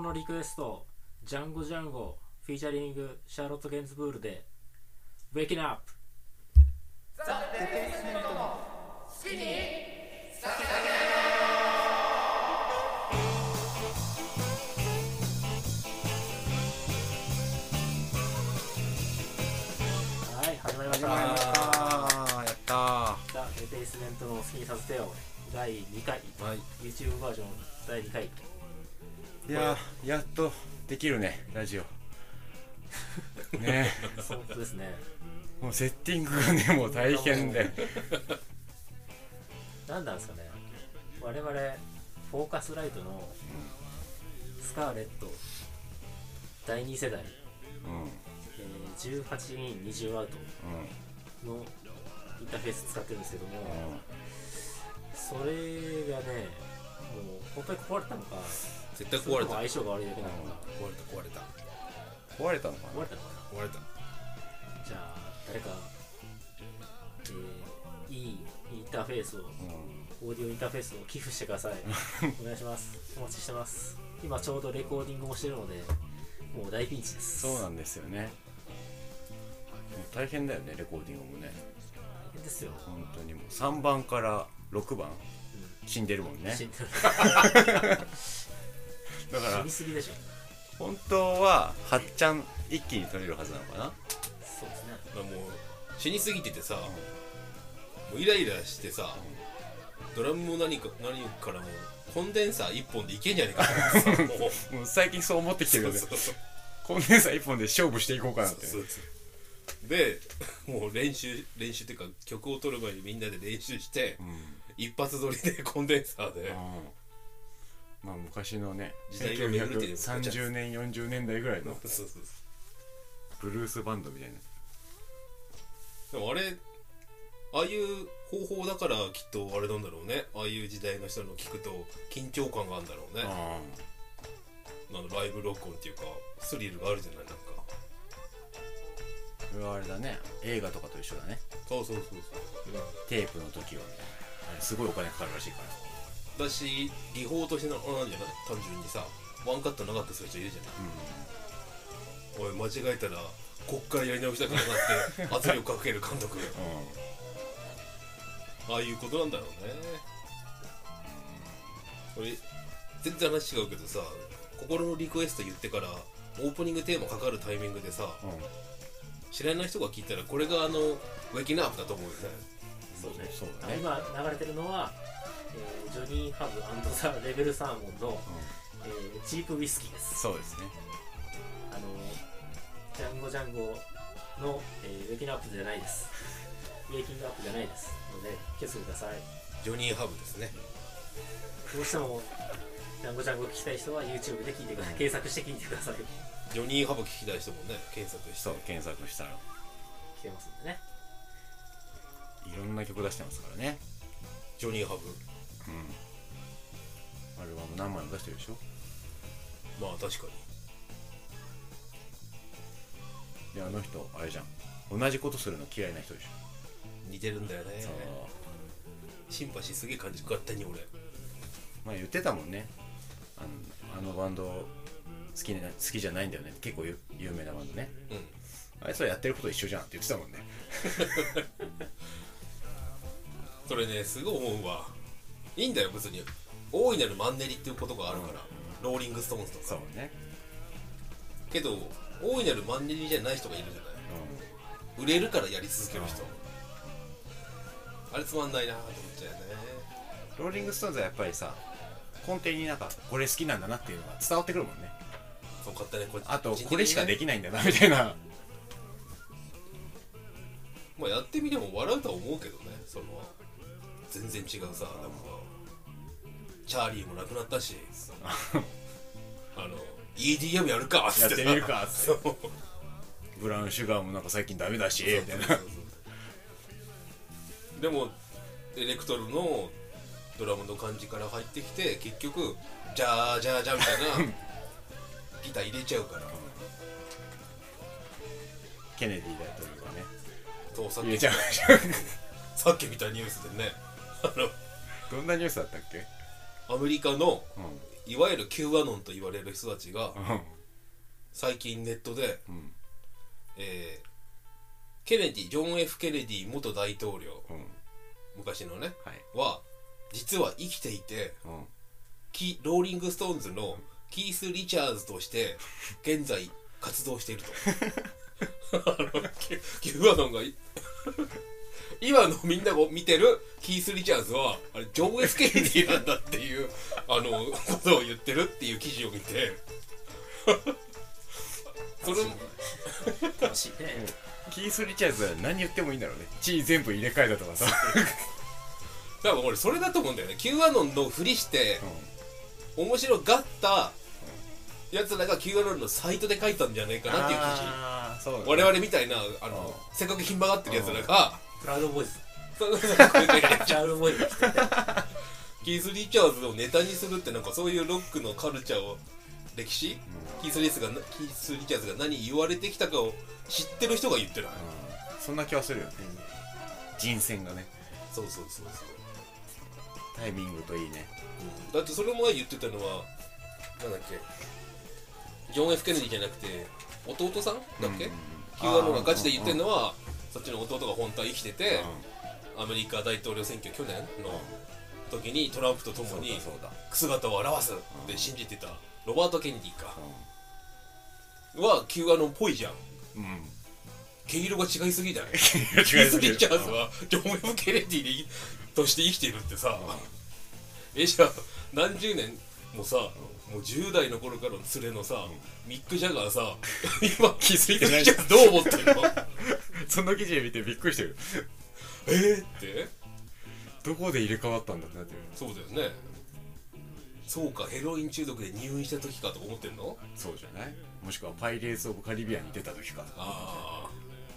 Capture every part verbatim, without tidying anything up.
のリクエスト、ジャンゴジャンゴフィーチャリングシャーロット・ゲンズブールで Waking Up。 ザ・デペスメントの好きにさせてあげる。 はい、始まりました。 やったー。 ザ・デペスメントの好きにさせてよだいにかい、 はい、 YouTube バージョンだいにかい。 いやー、やっとできるね、ラジオね。 そうですね。 もうセッティングがね、もう大変で何なんですかね、我々フォーカスライトのスカーレットだいに世代、 うん、 えー、じゅうはちインにじゅうアウトのインターフェース使ってるんですけども、 うんうん、 それがね、もう本当に壊れたのか、 絶対壊れた。 相性が悪いだけなのか、 壊れた壊れた壊れたのかな。 壊れたのかな。 壊れた。 じゃあ誰か、えー、いいインターフェースを、うん、オーディオインターフェースを寄付してくださいお願いします。お待ちしてます。今ちょうどレコーディングもしてるのでもう大ピンチです。 そうなんですよね。もう大変だよね、レコーディングもね。 大変ですよ本当に。もうさんばんからろくばん、うん、死んでるもんね。 死んでるだから死にすぎでしょ。 本当ははっちゃん一気に取れるはずなのかな。 そうですね。 もう死にすぎててさ、もうイライラしてさ、ドラムも何か何からもコンデンサーいっぽんでいけんじゃねえかってさもうもう最近そう思ってきてるよね。 そうそうそう、 コンデンサーいっぽんで勝負していこうかなって。 そうそうそう、でもう練習練習っていうか曲を取る前にみんなで練習して、うん、一発撮りでコンデンサーで、うん、 まあ昔のね、 時代が巡るっていうさんじゅうねんよんじゅうねんだいぐらいのそうそうそう、 ブルースバンドみたいな。 でもあれ、ああいう方法だからきっとあれなんだろうね。ああいう時代の人の聞くと緊張感があるんだろうね。ああのライブ録音っていうかスリルがあるじゃない。なんかこれはあれだね、映画とかと一緒だね。 そうそうそうそう、 テープの時はあれすごいお金かかるらしいから。 だし技法としてのなんじゃない、単純にさワンカット長くする人いるじゃない、うん、おい間違えたらこっからやり直しだからなって圧力かける監督、うん、ああいうことなんだろうね。これ全然話違うけどさ、心のリクエスト言ってからオープニングテーマかかるタイミングでさ、うん、知らない人が聞いたらこれがあのウェキナープだと思うよね。 そうね、そうだね。今流れてるのは、えー、ジョニー・ハブ&ザ・レベル・サーモンの、うん、えー、チープウイスキーです。 そうですね。 あのジャンゴジャンゴの、えー、ウェキナープじゃないです。ウェイキングアップじゃないですので気をつけてください。 ジョニー・ハブですね。 どうしてもジャンゴジャンゴ聞きたい人は YouTube で聞いてください。検索して聞いてください。 ジョニー・ハブ聞きたい人もね、検索して。 そう、検索したら聞けますんでね。 いろんな曲出してますからね、 ジョニー・ハブ。うん、 アルバム何枚も出してるでしょ。 まあ確かに。 で、あの人あれじゃん、同じことするの嫌いな人でしょ。 似てるんだよね。そう、シンパシーすげえ感じ、勝手に俺。 まあ言ってたもんね、あの、あのバンド好きな、好きじゃないんだよね、結構有名なバンドね、うん、あいつはやってること一緒じゃんって言ってたもんねそれね、すごい思うわ。いいんだよ別に、大いなるマンネリっていうことがあるから、うん、ローリングストーンズとか。 そうね。けど大いなるマンネリじゃない人がいるじゃない、うん、売れるからやり続ける人、うん、あれつまんないなと思っちゃうよね。 ローリングストーンズはやっぱりさ、根底になんかこれ好きなんだなっていうのが伝わってくるもんね。 そう、勝手にこっち、 あとこれしかできないんだなみたいなまあやってみても笑うとは思うけどね。その全然違うさ、なんかチャーリーも亡くなったしあの イーディーエム やるかっつってやってみるかっつってブラウンシュガーもなんか最近ダメだしみたいな。 でもエレクトロのドラムの感じから入ってきて、結局ジャージャージャーみたいなギター入れちゃうからケネディ大統領がね、 そう、さっき入れちゃうさっき見たニュースでね、あのどんなニュースだったっけ。 アメリカのいわゆる Q アノンと言われる人たちが最近ネットで、 うん、 えー、ケネディジョン・ F ・ケネディ元大統領、 うん、 昔のね、 はい、 は実は生きていて、 うん、 キローリング・ストーンズのキース・リチャーズとして現在活動しているとあの Q アノンが今のみんなが見てるキース・リチャーズはあれジョン・ F ・ケネディなんだっていうあのことを言ってるっていう記事を見てそれも楽しいね。 キース・リチャーズは何言ってもいいんだろうね。地位全部入れ替えたとかさ多分俺それだと思うんだよね。 Q アノンのふりして、うん、面白がったやつらが Q アノンのサイトで書いたんじゃないかなっていう記事。あそうだ、ね、我々みたいなあのせっかくひん曲がってるやつらがプラウドボーイズそうそうそうプラウドボーイズキース・リチャーズをネタにするってなんかそういうロックのカルチャーを歴史、うん、キース・リスがキース・リチャーズが何言われてきたかを知ってる人が言ってない、 うん、そんな気はするよね、うん、人選がね。 そうそうそうそうタイミングといいね、 うん、だってそれ前言ってたのはなんだっけジョン・ F ・ケネディじゃなくて弟さんだっけ、うんうん、Q アノンがガチで言ってるのは、うん、そっちの弟が本当は生きてて、うん、アメリカ大統領選挙去年の時にトランプと共に姿を現すって信じてたロバート・ケネディか、うん、は Q アノンっぽいじゃん、うん、毛色が違いすぎだよキース・リチャーズはジョン・ F ・ケネディとして生きてるってさ、うん、えじゃあ何十年もさ、うん、もうじゅう代の頃からの連れのさ、うん、ミック・ジャガーさ今気づいてないキース・リチャーズどう思ってるのその記事見てびっくりしてるえーってどこで入れ替わったんだってなってる。 そうだよね。そうかヘロイン中毒で入院した時かと思ってんの。 そうじゃない。もしくはパイレーツ・オブ・カリビアンに出た時か。 ああ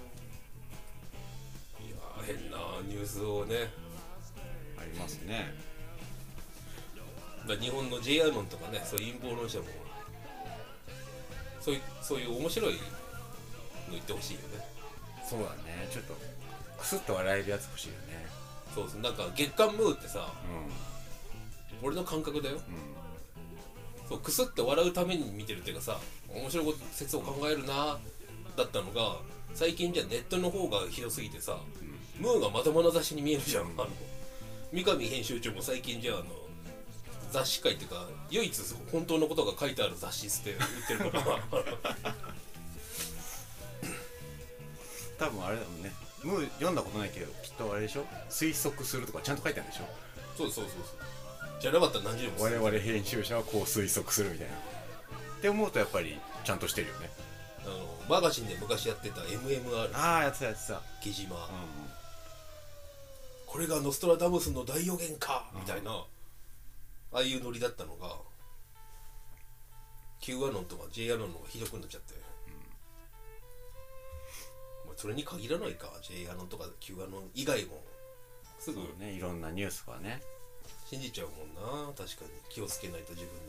いや変なニュースをねありますね。 だ日本の J アノンとかねそういう陰謀論者もそういうそういう面白いの言ってほしいよね。 そうだね。ちょっとクスッと笑えるやつ欲しいよね。 そうそうなんか月刊ムーってさ、うん、俺の感覚だよ、うん、そうクスッと笑うために見てるっていうかさ面白いこと説を考えるなだったのが最近じゃネットの方がひどすぎてさ、うん、ムーがまともな雑誌に見えるじゃん、うん、あの三上編集長も最近じゃあの雑誌界っていうか唯一本当のことが書いてある雑誌って売ってるから多分あれだもんねムー読んだことないけどきっとあれでしょ推測するとかちゃんと書いてあるんでしょ。 そうそうそうそうじゃなかったら何十年も我々編集者はこう推測するみたいなって思うとやっぱりちゃんとしてるよね。 あのマガジンで昔やってた エムエムアールああやってたやってた木島、うん、これがノストラダムスの大予言かみたいな、うん、ああいうノリだったのが Q アノンとか J アノンの方がひどくなっちゃって、うんまあ、それに限らないか J アノンとか Q アノン以外もすぐねいろんなニュースはね信じちゃうもんな。確かに気をつけないと自分でも、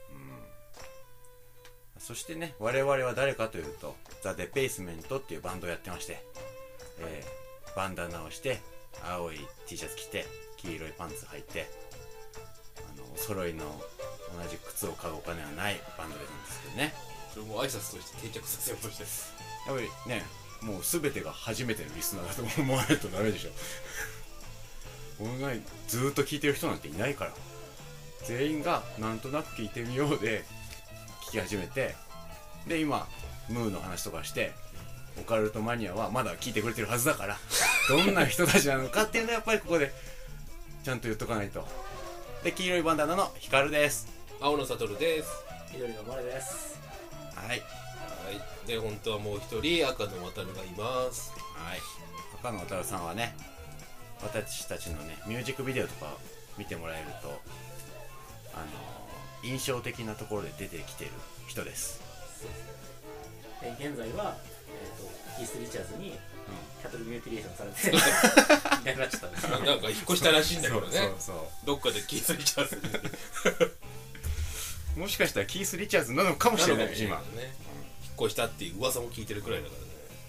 うん、そしてね我々は誰かというとザ・デペイスメントっていうバンドをやってまして、えー、バンダナをして青い T シャツ着て黄色いパンツ履いてあのお揃いの同じ靴を買うお金はないバンドなんですけどね。 それも挨拶として定着させようとしてやっぱりねもう全てが初めてのリスナーだと思わないとダメでしょ俺がずーっと聞いてる人なんていないから全員がなんとなく聞いてみようで聞き始めてで今ムーの話とかしてオカルトマニアはまだ聞いてくれてるはずだからどんな人たちなのかっていうのはやっぱりここでちゃんと言っとかないと。で黄色いバンダナのヒカルです。 青のサトルです。 緑のマレです。 はいはいで本当はもう一人赤の渡るがいます。 はい赤の渡るさんはね私たちのねミュージックビデオとか見てもらえるとあのー、印象的なところで出てきてる人です。 え現在は、えー、とキース・リチャーズにキャトルミューティレーションされていなくなっちゃったんですよなんか引っ越したらしいんだけどねそうそうそうどっかでキース・リチャーズにもしかしたらキース・リチャーズなのかもしれない今、ね、 引っ越したっていう噂も聞いてるくらいだからね、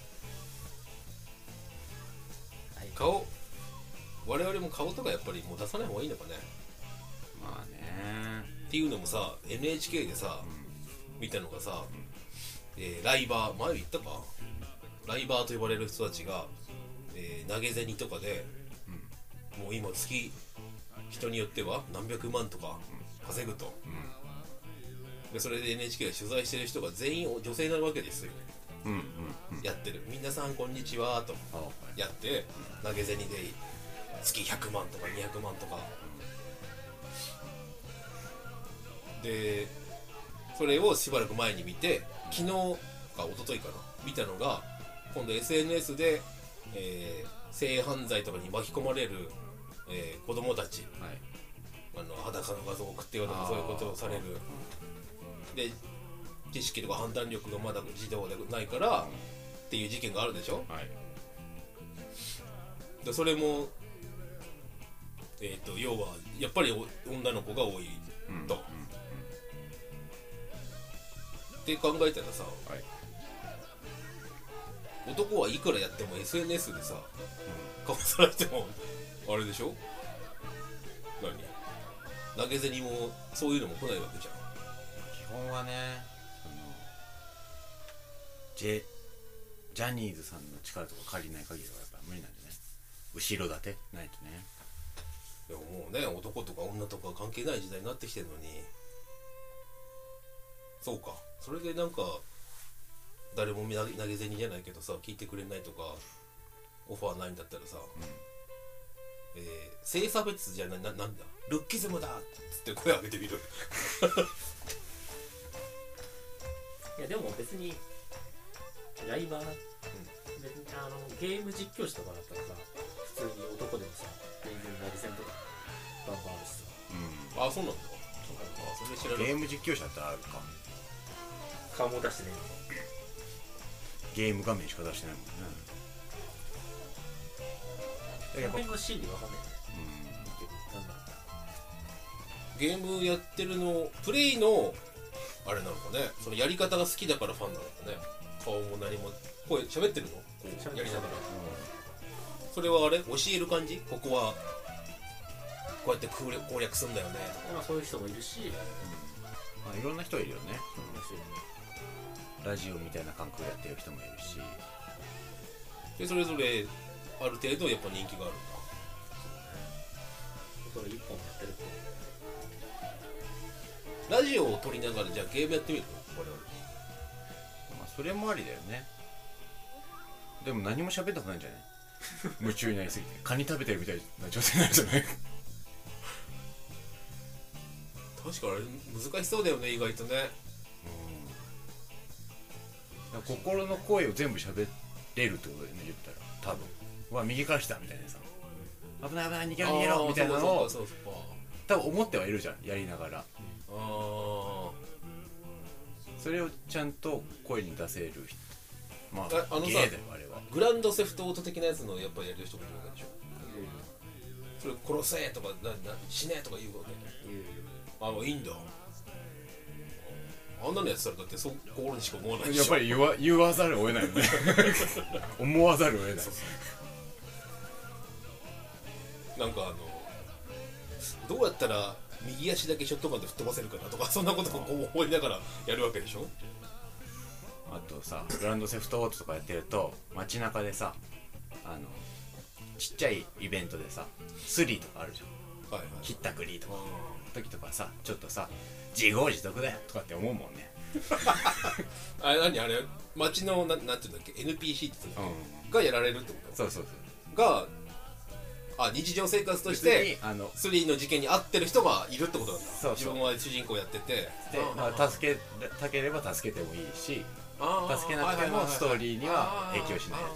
はい、顔我々も顔とかやっぱりもう出さない方がいいのかね。 まあねっていうのもさ エヌエイチケー でさ、うん、見たのがさ、うんえー、ライバー前言ったかライバーと呼ばれる人たちが、えー、投げ銭とかで、うん、もう今月人によっては何百万とか稼ぐと、うん、でそれで エヌエイチケー が取材してる人が全員女性になるわけですよ、うんうんうん、やってる皆さんこんにちはとやって、うん、投げ銭で月ひゃくまんとかにひゃくまんとか、うん、でそれをしばらく前に見て昨日か一昨日かな見たのが今度 エスエヌエス で、えー、性犯罪とかに巻き込まれる、えー、子供たち、はい、あの裸の画像を送ってよとかそういうことをされるで知識とか判断力がまだ児童でないからっていう事件があるでしょ、はい、でそれも、えー、と要はやっぱり女の子が多いと、うんうんうん、って考えたらさ、はい男はいくらやっても エスエヌエス でさ、うん、顔さられてもあれでしょ何投げ銭もそういうのも来ないわけじゃん基本はねそのジェジャニーズさんの力とか借りない限りはやっぱ無理なんじゃない後ろ盾ないとねでももうね男とか女とか関係ない時代になってきてるのにそうかそれでなんか誰も投げ銭じゃないけどさ聞いてくれないとかオファーないんだったらさ、うんえー、性差別じゃないな、なんだルッキズムだっつって声上げてみるいやでも別にライバー、うん、別にあのゲーム実況者とかだったらさ普通に男でもさゲーム投げ銭とかバンバンあるしさ、 うん、あそうなんだあそれ知らないゲーム実況者ってあるか顔も出してねゲーム画面しか出してないもんね。 やっぱりの心理わかんないよね。 うん。ゲームやってるのプレイのあれなのかね。そのやり方が好きだからファンなのかね。顔も何も声喋ってるの？こうやりながら。うん、それはあれ教える感じ？ここはこうやって攻略、攻略するんだよね。 まあそういう人もいるし、うん、 まあいろんな人いるよね。ラジオみたいな感覚でやってる人もいるしでそれぞれある程度やっぱ人気があるんだそうねそれ一本やってるとラジオを撮りながらじゃあゲームやってみるの我々 まあそれもありだよねでも何も喋ったくないんじゃない夢中になりすぎてカニ食べてるみたいな状態になるんじゃない確かあれ難しそうだよね意外とね心の声を全部喋れるってことだよね言ったら多分うわ右から来たみたいなさ危ない危ない逃げろ逃げろみたいなのを多分思ってはいるじゃんやりながら、うん、あそれをちゃんと声に出せるまああのさ芸だよあれはグランドセフトオート的なやつのやっぱりやる人もいるわけでしょ、うん、それ殺せとかなな死ねとか言うわけ、うん、ああいいんだあんなのやつだらだってそう心にしか思わないでしょやっぱり言わ、言わざるを得ないよね思わざるを得ないそうそうなんかあのどうやったら右足だけショットガンで吹っ飛ばせるかなとかそんなことを思いながらやるわけでしょあとさグランドセフトオートとかやってると街中でさあのちっちゃいイベントでさスリーとかあるじゃん、はいはい、ひったくりとか時とかさちょっとさ自業自得だよとかって思うもんねあれ何あれ街のななんていうんだっけ エヌピーシー って言うんだっけ、うん、がやられるってことそうそうそうがあ日常生活としてあのスリーの事件に遭ってる人がいるってことなんだそうそう自分は主人公やっててで助けたければ助けてもいいし助けなくてもストーリーには影響しないや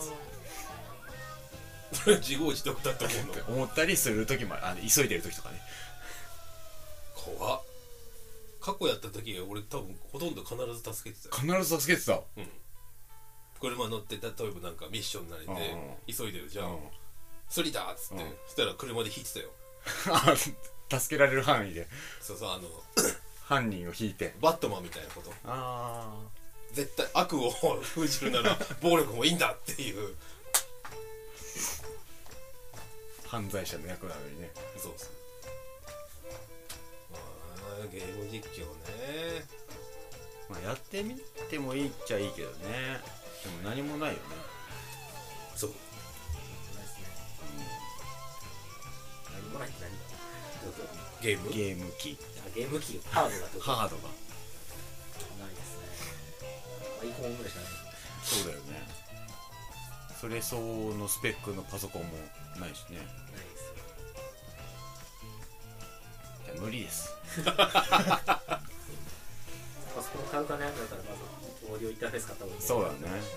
つそれ自業自得だと思うの思ったりする時もあの急いでる時とかね怖っ過去やった時は俺多分ほとんど必ず助けてた必ず助けてた、うん、 車乗って例えばなんかミッションになれて、うん、急いでるじゃん、うん、スリだっつって、うん、そしたら車で引いてたよ助けられる範囲でそうそうあの犯人を引いてバットマンみたいなことあ絶対悪を封じるなら暴力もいいんだっていう犯罪者の役なのにねそうそうゲーム実やってみてもいいっちゃいいけどね。でも何もないよね。 そうないですね。何もないって何どうぞ。 ゲームゲーム機あゲーム機ハードがどうぞ。 ハードがないですね。アイコンぐらいしかない。 そうだよね。それ相応のスペックのパソコンもないしね。 ないですよ。 じゃあ無理です。 パソコン買うかねだったらまずオーディオインターフェース買った方がいい。 そうだね。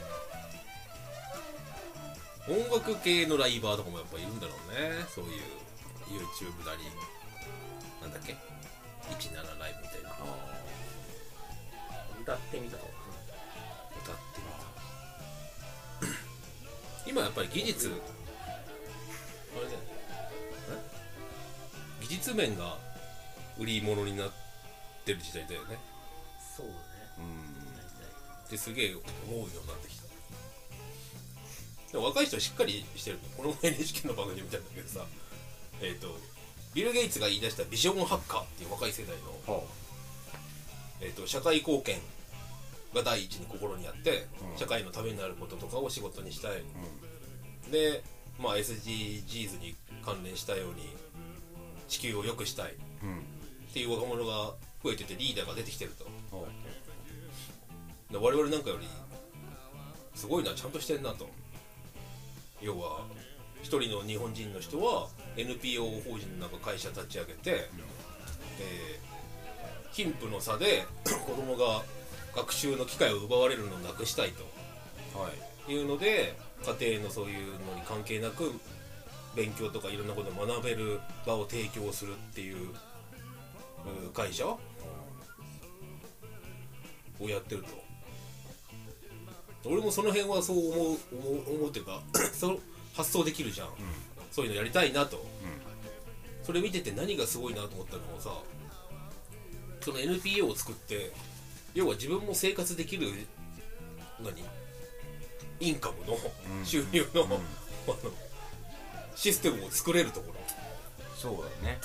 音楽系のライバーとかもやっぱいるんだろうね。そういう YouTube なりなんだっけじゅうななライブみたいな歌ってみたとか。 歌ってみた今やっぱり技術あれだよね技術面が売り物になってる時代だよね。 そうね。 うん大体。 ですげえ思うようになってきた。でも若い人はしっかりしてる。この エヌエイチケー の番組みたいなんだけどさ、えっ、ー、とビル・ゲイツが言い出したビジョンハッカーっていう若い世代の、 はえー、と社会貢献が第一に心にあって、 うん社会のためになることとかを仕事にしたい、 あ、うで、まあ、エスディージーズ に関連したように地球を良くしたいっんうんていう若者が増えててリーダーが出てきてると。 はで我々なんかよりすごいな、ちゃんとしてんなと。要は一人の日本人の人は エヌピーオー 法人のなんか会社立ち上げて、えー貧富の差で子供が学習の機会を奪われるのをなくしたいとはいいうので、家庭のそういうのに関係なく勉強とかいろんなことを学べる場を提供するっていうう会社をやってると。俺もその辺はそう思う思う思うっていうかそう発想できるじゃん、そういうのやりたいなと、それ見てて何がすごいなと思ったのはさ、その エヌピーオー を作って要は自分も生活できる何インカムの、 うん収入の、 うんあのシステムを作れるところ。 そうだね。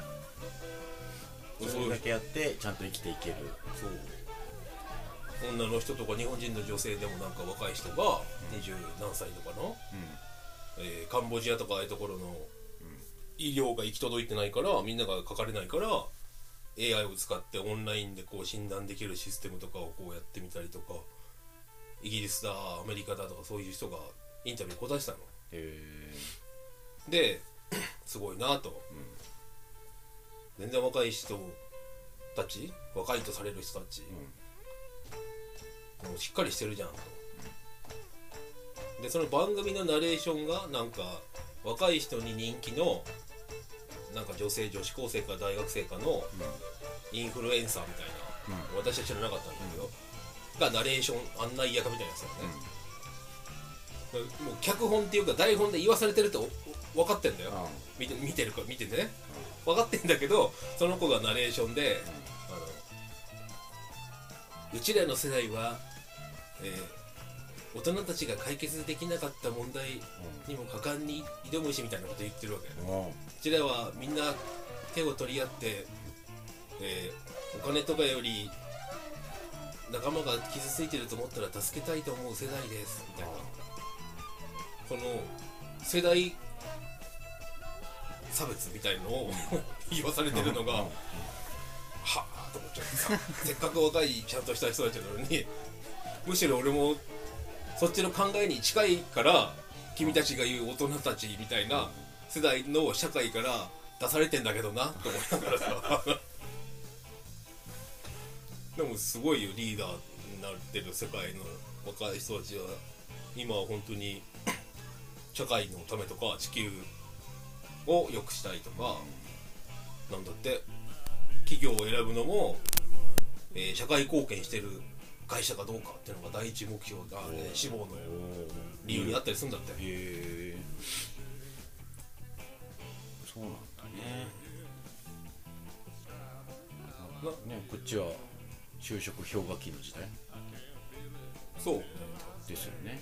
それだけやってちゃんと生きていける。 そう女の人とか日本人の女性でもなんか若い人が二十何歳とかの、えーカンボジアとかああいうところの医療が行き届いてないからみんながかかれないから エーアイ を使ってオンラインでこう診断できるシステムとかをこうやってみたりとか、イギリスだアメリカだとかそういう人がインタビュー答えてたのへですごいなと、全然若い人たち若いとされる人たち、もうしっかりしてるじゃんと。でその番組のナレーションがなんか若い人に人気のなんか女性女子高生か大学生かのインフルエンサーみたいな、私は知らなかったんだけど、がナレーション案内役みたいなやつだよね、もう脚本っていうか台本で言わされてるって分かってんだよ、見て見てるか見ててね、分かってんだけど、その子がナレーションで、あのうちらの世代は、えー大人たちが解決できなかった問題にも果敢に挑むしみたいなこと言ってるわけ。うちらはみんな手を取り合って、えーお金とかより仲間が傷ついてると思ったら助けたいと思う世代ですみたいな、この世代差別みたいのを言わされてるのがはぁと思っちゃってさせっかく若いちゃんとした人たちなのに、むしろ俺もそっちの考えに近いから君たちが言う大人たちみたいな世代の社会から出されてんだけどなと思いながらさでもすごいよ、リーダーになってる世界の若い人たちは今は本当に社会のためとか地球を良くしたいとか、なんだって企業を選ぶのも、えー社会貢献してる会社かどうかっていうのが第一目標が、ね、志望の理由になったりするんだって。へえそうなんだね。なねこっちは就職氷河期の時代そうですよね。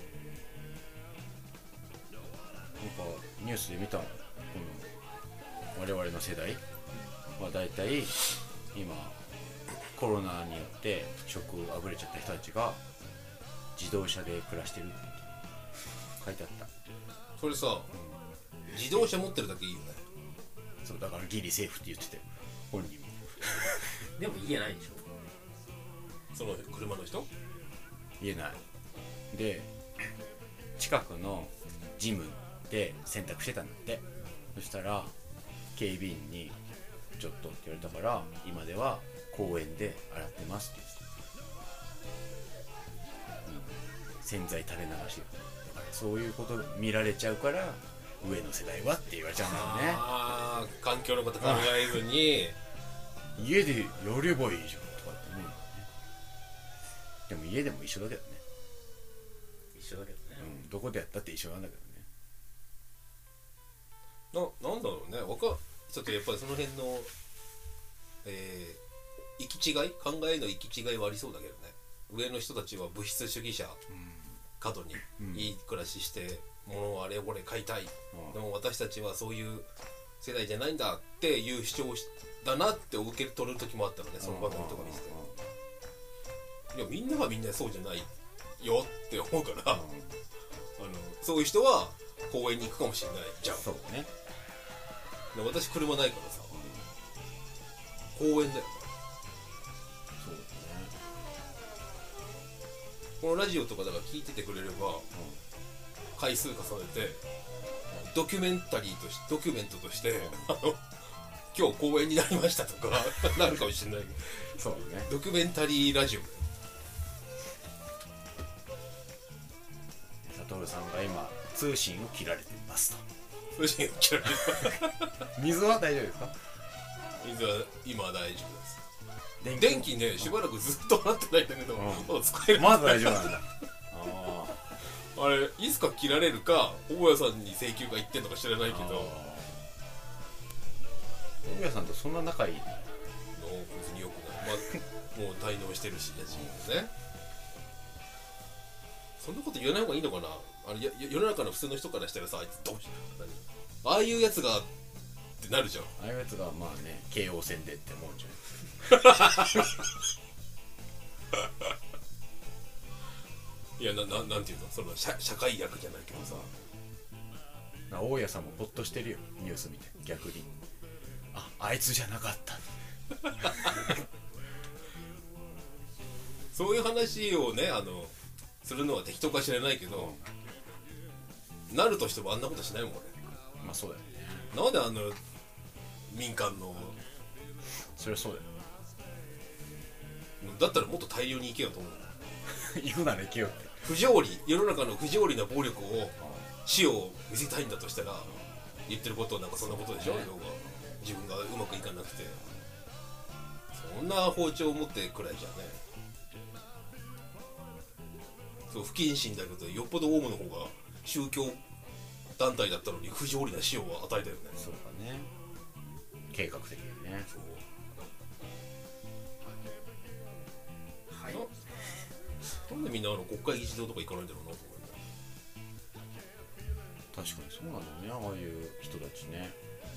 なんかニュースで見たの、この我々の世代はだいたい今コロナによって職あぶれちゃった人たちが自動車で暮らしてるって書いてあった。 それさ、うん、自動車持ってるだけいいよね。 そうだからギリセーフって言ってたよ本人もでも家ないでしょその車の人。 言えないで近くのジムで洗濯してたんだって。そしたら警備員にちょっとって言われたから今では公園で洗ってますって言ってた、うん、洗剤垂れ流しだからそういうこと見られちゃうから上の世代はって言われちゃうんだよね。 ああ環境のこと考えずに家でやればいいじゃんとかって思うんだよね。でも家でも一緒だけどね。 一緒だけどね、 うん、どこでやったって一緒なんだけどね。 な、なんだろうね。わかちょっとやっぱりその辺のえー、行き違い考えの行き違いはありそうだけどね。上の人たちは物質主義者、うん、過度にいい暮らしして、うん、物をあれこれ買いたい、うん、でも私たちはそういう世代じゃないんだっていう主張だなって受け取る時もあったのね、その番組とか見てて。いやみんながみんなそうじゃないよって思うから、うん、あのそういう人は公園に行くかもしれないじゃん。 そうね。 で私車ないからさ、公園だよね。 そうだね。 このラジオとかだから聞いててくれれば、うん、回数重ねてドキュメンタリーとしてドキュメントとして、うん、あの今日公園になりましたとかなるかもしれないけどそうね。 ドキュメンタリーラジオだよ。 サトルさんが今通信を切られてますと。 通信を切られて水は大丈夫ですか？ 水は今は大丈夫です。電気, 電気ねしばらくずっとなってないんだけど、うん、まだ使える。 まだ大丈夫なんだ。 ああれいつか切られるか大家さんに請求がいってんのか知らないけど。 大家さんとそんな仲いいの？ 別によくない、まあ、もう滞納してるし家賃もね。そんなこと言わない方がいいのかな。あれや世の中の普通の人からしたらさ、あいつどうし何ああいうやつがってなるじゃん。ああいうやつがまあね京王線でって思うんじゃん。 いや な, な, なんていうのその 社, 社会役じゃないけどさ、 大家さんもホッとしてるよニュース見て。逆にああいつじゃなかったそういう話をねあのするのは適当か知らないけど、うん、なるとしてもあんなことしないもん俺。 まあそうだよね。 なんであんな民間のそりゃそうだよ。 だったらもっと大量に行けよと思う。 行くなら行けよって。 不条理世の中の不条理な暴力を死を見せたいんだとしたら言ってることはなんかそんなことでしょ。要は自分がうまくいかなくてそんな包丁を持ってくらいじゃね。そう不謹慎だけどよっぽどオウムの方が宗教団体だったのに不条理な死を与えたよね。 そうだね。計画的にね。そうはい。なんでみんなあの国会議事堂とか行かないんだろうなと思う。 確かにそうなんだよね。ああいう人たちね。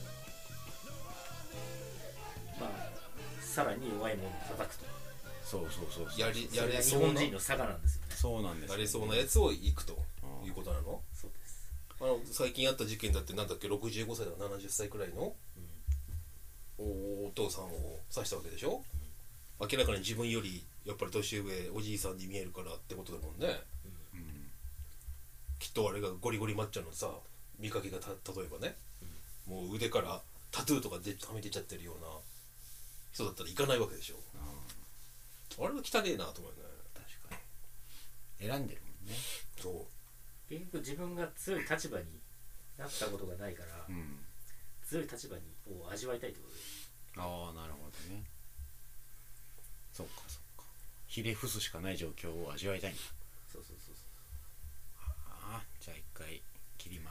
まあさらに弱いものを叩くと。 そうそうそうそう。 やりやれそうな日本人の差がなんですよね。 そうなんです。 やれそうなやつを行くということなの。 そうです。 あの最近あった事件だってなんだっけろくじゅうごさいとかななじゅっさいくらいの、うん、お, お父さんを刺したわけでしょ、うん、明らかに自分よりやっぱり年上おじいさんに見えるからってことだもんね、うんうん、きっとあれがゴリゴリマッチョのさ見かけがた例えばね、うん、もう腕からタトゥーとかではみ出ちゃってるような人だったら行かないわけでしょ、うん、あれは汚ねえなと思うよね。 確かに選んでるもんね。 そう結局自分が強い立場になったことがないから、うん、強い立場にを味わいたいってことです。 ああなるほどね。そうかそうか。ひれ伏すしかない状況を味わいたいんだ。 そうそうそうそう。 ああじゃあ一回切ります。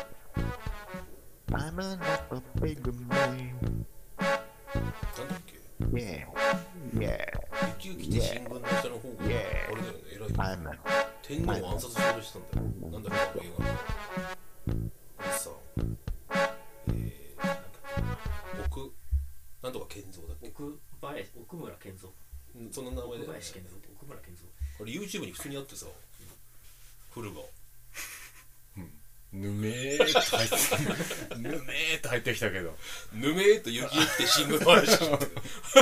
なんだっけ Yeah. Yeah. 雪雪来て新聞の下の方があれだよね、偉い。 I'm 天皇を暗殺しようとしてたんだよ。なんだっけ、あの映画の。あれさ、えー、なんだっけ、奥、なんとか健三だっけ。 奥林奥村健三うんその名前で、 奥林健三奥村健三あれ YouTube に普通にあってさ、フルが。 ぬめーって入ってぬめーって入ってきたけどぬめーと雪雪来て新聞の話聞いてる。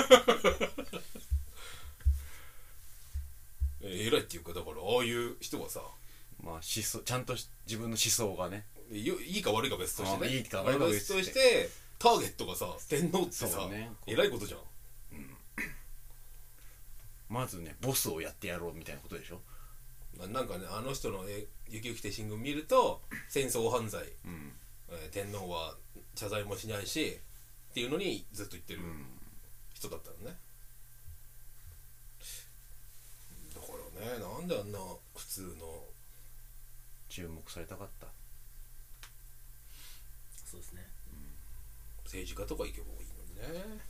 え偉いっていうか、だからああいう人はさ、 まあ思想ちゃんとし自分の思想がねよいいか悪いか別としてね、 あいいか悪いか別別ととししててターゲットがさ天皇ってさ、 そうね偉いことじゃん。 まずねボスをやってやろうみたいなことでしょ。 ななんかね、あの人のえ雪雪て新聞見ると戦争犯罪、 うんえー天皇は謝罪もしないしっていうのにずっと言ってる人だったのね。だからね、なんであんな普通の注目されたかった。 そうですね。 政治家とか行けばいいのにね。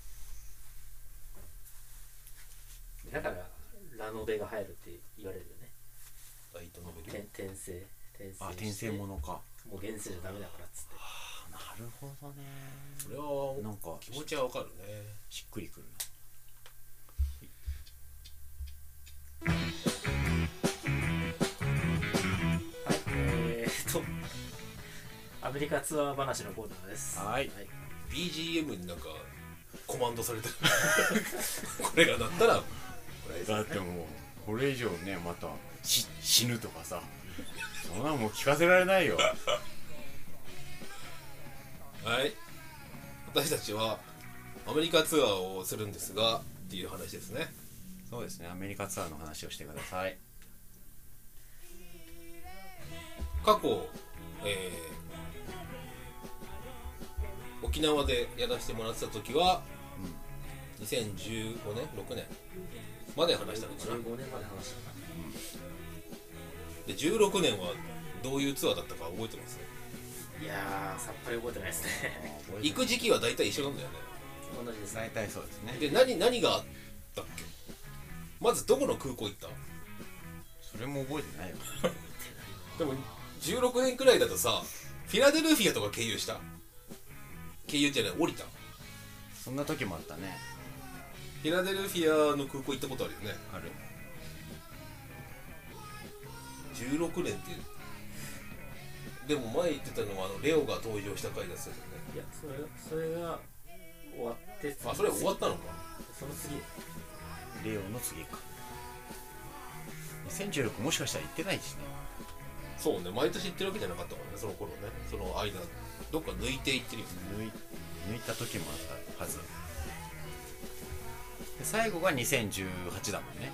だからラノベが入るって言われるよね。 大と述べ転る。 転生転生あ転生ものか。 もう現世じゃダメだからっつって。 なるほどね。 それはなんか気持ちはわかるね。 しっくりくるはい、えー、っとアメリカツアー話のコーナーです。 な。はい。 ビージーエム になんかコマンドされてる。これが鳴ったらこれだってもうこれ以上ねまたし死ぬとかさそんなのもう聞かせられないよ。 はい、私たちはアメリカツアーをするんですがっていう話ですね。 そうですね、アメリカツアーの話をしてください。 過去、えー、沖縄でやらせてもらってた時は、うん、にせんじゅうごねんろくねんまで話したのかな。 じゅうごねんまで話したかな、 うん、でじゅうろくねんはどういうツアーだったか覚えてます？ いやーさっぱり覚えてないですね。 行く時期は大体一緒なんだよね。 同じです。 大体そうですね。 で何何があったっけ？まずどこの空港行った？ それも覚えてないよ。 でもじゅうろくねんくらいだとさ、フィラデルフィアとか経由した？経由じゃない、降りた？ そんな時もあったね。 フィラデルフィアの空港行ったことあるよね。 ある。 じゅうろくねんってでも前言ってたのはあのレオが登場した回だったよね。 いやそれそれが終わってあ、それ終わったのか。 その次レオの次か。にせんじゅうろくもしかしたら行ってないしね。 そうね、毎年行ってるわけじゃなかったもんね、その頃ね。その間どっか抜いて行ってるよね。 抜い抜いた時もあったはずで、最後がにせんじゅうはちだもんね。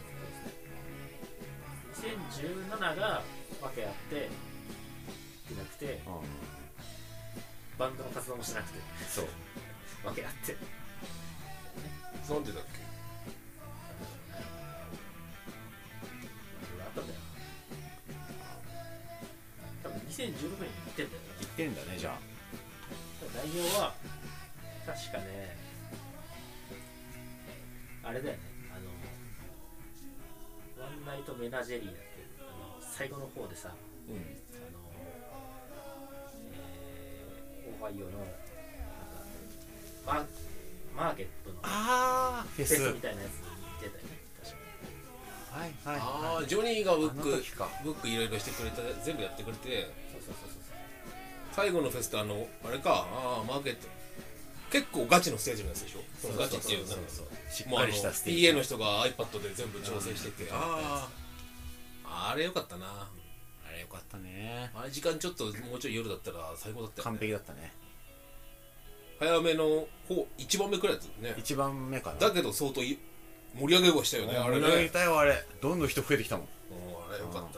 にせんじゅうななが訳あっていなくて、 うん、 バンドの活動もしなくてそう訳あってなんでだっけ？ あったんだよ。多分にせんじゅうろくねんに行ってんだよ。 行ってんだね。じゃあ内容は確かねあれだよね、あのワンナイトメナジェリーだってあの最後の方でさ、 うん、 あの、えー、オハイオのなんかママーケットのあーフェスフェスみたいなやつに行ってたよね、確かはいはい、 ああ、 はい、 ジョニーがブッあのク時かブックいろいろしてくれた、全部やってくれて、 そうそうそうそう最後のフェスってあのあれか、ああマーケット結構ガチのステージのやつでしょ。そのガチっていうなんかさ、 しっかりしたステージ。 ピーエー の人が iPad で全部調整してて、あああれよかったな。 あれよかったね。 あれ時間ちょっともうちょい夜だったら最高だったよね。 完璧だったね。 早めの方いちばんめくらいだったね。 一番目かな。 だけど相当い盛り上げはしたよね、あれね。 盛り上げたよあれ。どんどん人増えてきたもん。 うん、あれよかった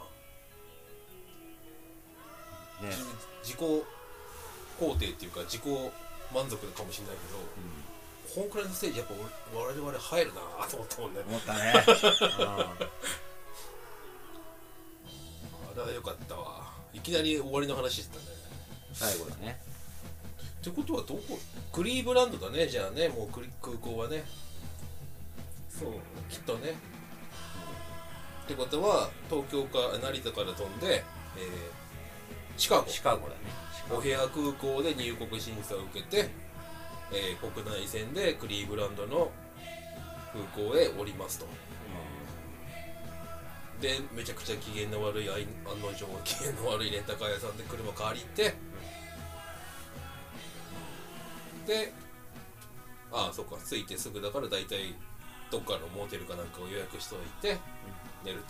な。 ね、 自己肯定っていうか自己満足かもしれないけど、こんくらいのステージやっぱ我々入るなと思ったもんね。 思ったね。 あれはよかったわ。いきなり終わりの話してたね。 最後だね。 ってことはどこクリーブランドだねじゃあねもうクリ空港はねそうきっとね、ってことは東京か成田から飛んで、えー、シカゴシカゴだね。 お部屋空港で入国審査を受けて、えー、国内線でクリーブランドの空港へ降りますと、でめちゃくちゃ機嫌の悪い案の定機嫌の悪いレンタカー屋さんで車借りて、でああそっか着いてすぐだから大体どっかのモーテルかなんかを予約しておいて寝ると、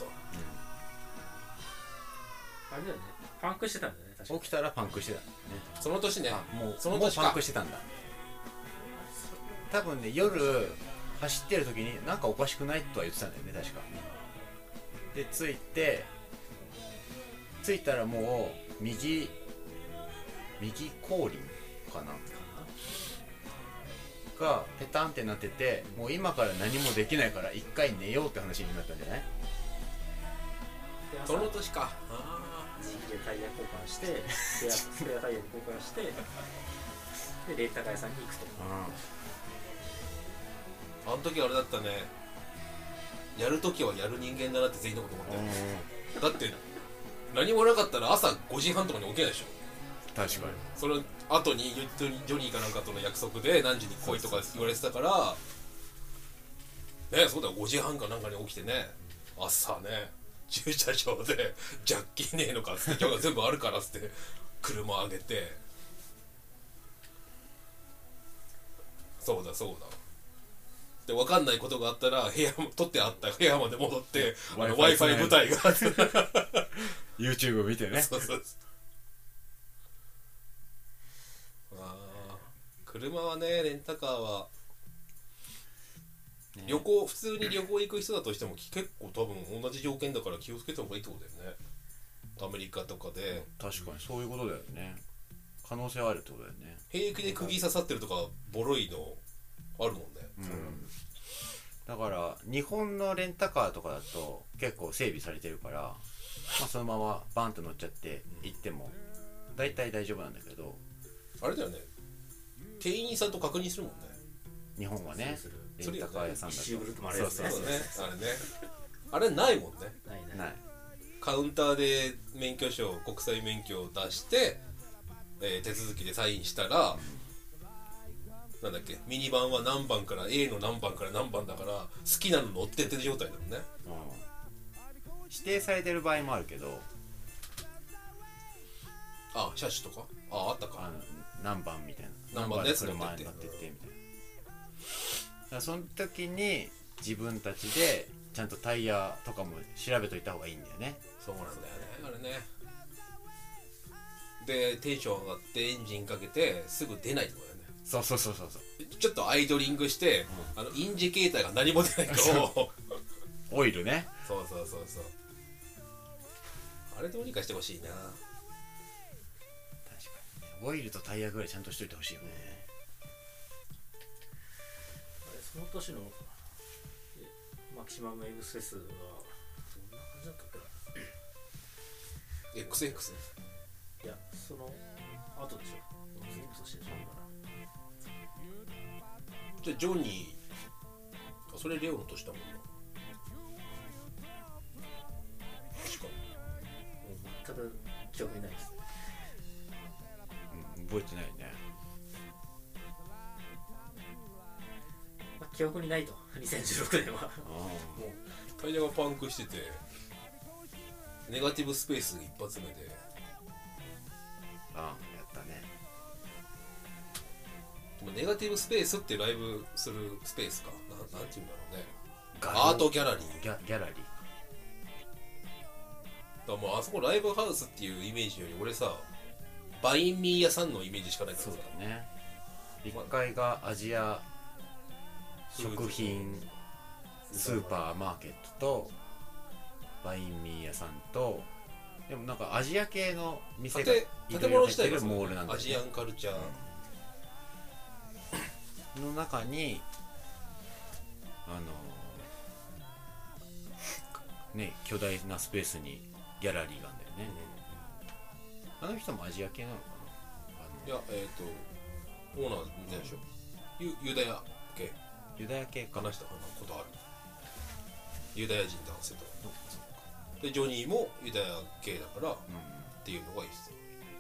あれだよね。パンクしてたんだよね。確かに。 起きたらパンクしてたんだね。 その年ねあもうその年かもうパンクしてたんだ。多分ね夜走ってる時になんかおかしくないとは言ってたんだよね確か。で着いて着いたらもう右右後輪かながペタンってなってて、もう今から何もできないから一回寝ようって話になったんじゃない？ で朝その年かあ自力でタイヤ交換してスペアスペアタイヤに交換してでレンタカー屋さんに行くと。 あの時あれだったねやる時はやる人間だなって全員のこと思ったよ、だって何もなかったら朝ごじはんとかに起きないでしょ。 確かに。 その後にジョニージョニーかなんかとの約束で何時に来いとか言われてたからね、そうだよごじはんかなんかに起きてね朝ね駐車場でジャッキーねえのかっつって今日が全部あるからっつって車上げてそうだそうだで分かんないことがあったら部屋も取ってあった部屋まで戻ってあの Wi-Fi 部隊が YouTube 見てね。 そうそうそうあ車はねレンタカーは、ね、旅行普通に旅行行く人だとしても結構多分同じ条件だから気をつけた方がいいってことだよね。アメリカとかで確かにそういうことだよね。可能性はあるってことだよね。 平気で釘刺さってるとかボロいのあるもんね、 うん、だから日本のレンタカーとかだと結構整備されてるから、まあ、そのままバンと乗っちゃって行っても大体大丈夫なんだけど、 あれだよね店員さんと確認するもんね日本はねレンタカー屋さんだと一周ぐるっと回るやつね。 そうねあれねあれないもんね。 ないない。 ない。 カウンターで免許証国際免許を出して、えー手続きでサインしたらなんだっけミニバンは何番から A の何番から何番だから好きなの乗ってって状態だもんね、 うん、指定されてる場合もあるけど、 あ車種とかああったかあの何番みたいな何番のやつ乗って車ってに乗ってってみたいな。だからその時に自分たちでちゃんとタイヤとかも調べといた方がいいんだよね。 そうなんだよねあれね。でテンション上がってエンジンかけてすぐ出ないってことだよね。 そうそうそうそうそう。 ちょっとアイドリングして、うん、あのインジケーターが何も出ないかをオイルね。 そうそうそうそうあれどうにかしてほしいな。 確かにオイルとタイヤぐらいちゃんとしといてほしいよね。 あれその年のマキシマムエグセスはどんな感じだったっけな。 エックスエックスいやその後でしょ。次の年でしょ。 じゃあジョニーあそれレオの年だもんな確かただ記憶にないです。 うん、覚えてないね。 まあ、記憶にないとにせんじゅうろくねんはあもうタイヤがパンクしててネガティブスペース一発目であやったね。 でもネガティブスペースってライブするスペースかな、なんていうんだろうねガアートギャラリーギャギャラリーだからもうあそこライブハウスっていうイメージより俺さバインミー屋さんのイメージしかないからさそうだね。いっかいがアジア食品スーパーマーケットとバインミー屋さんと、でもなんかアジア系の店がいろ建いろ入物自体がってるモールなんだよね。 アジアンカルチャー、 の中にあのー、ね巨大なスペースにギャラリーがあるんだよね。あの人もアジア系なのかな。 いやえっ、ー、とオーナーみたいでしょ。ユユダヤ系ユダヤ系かな。 話したことある。ユダヤ人男性とでジョニーもユダヤ系だから、うん、っていうのがいいっす。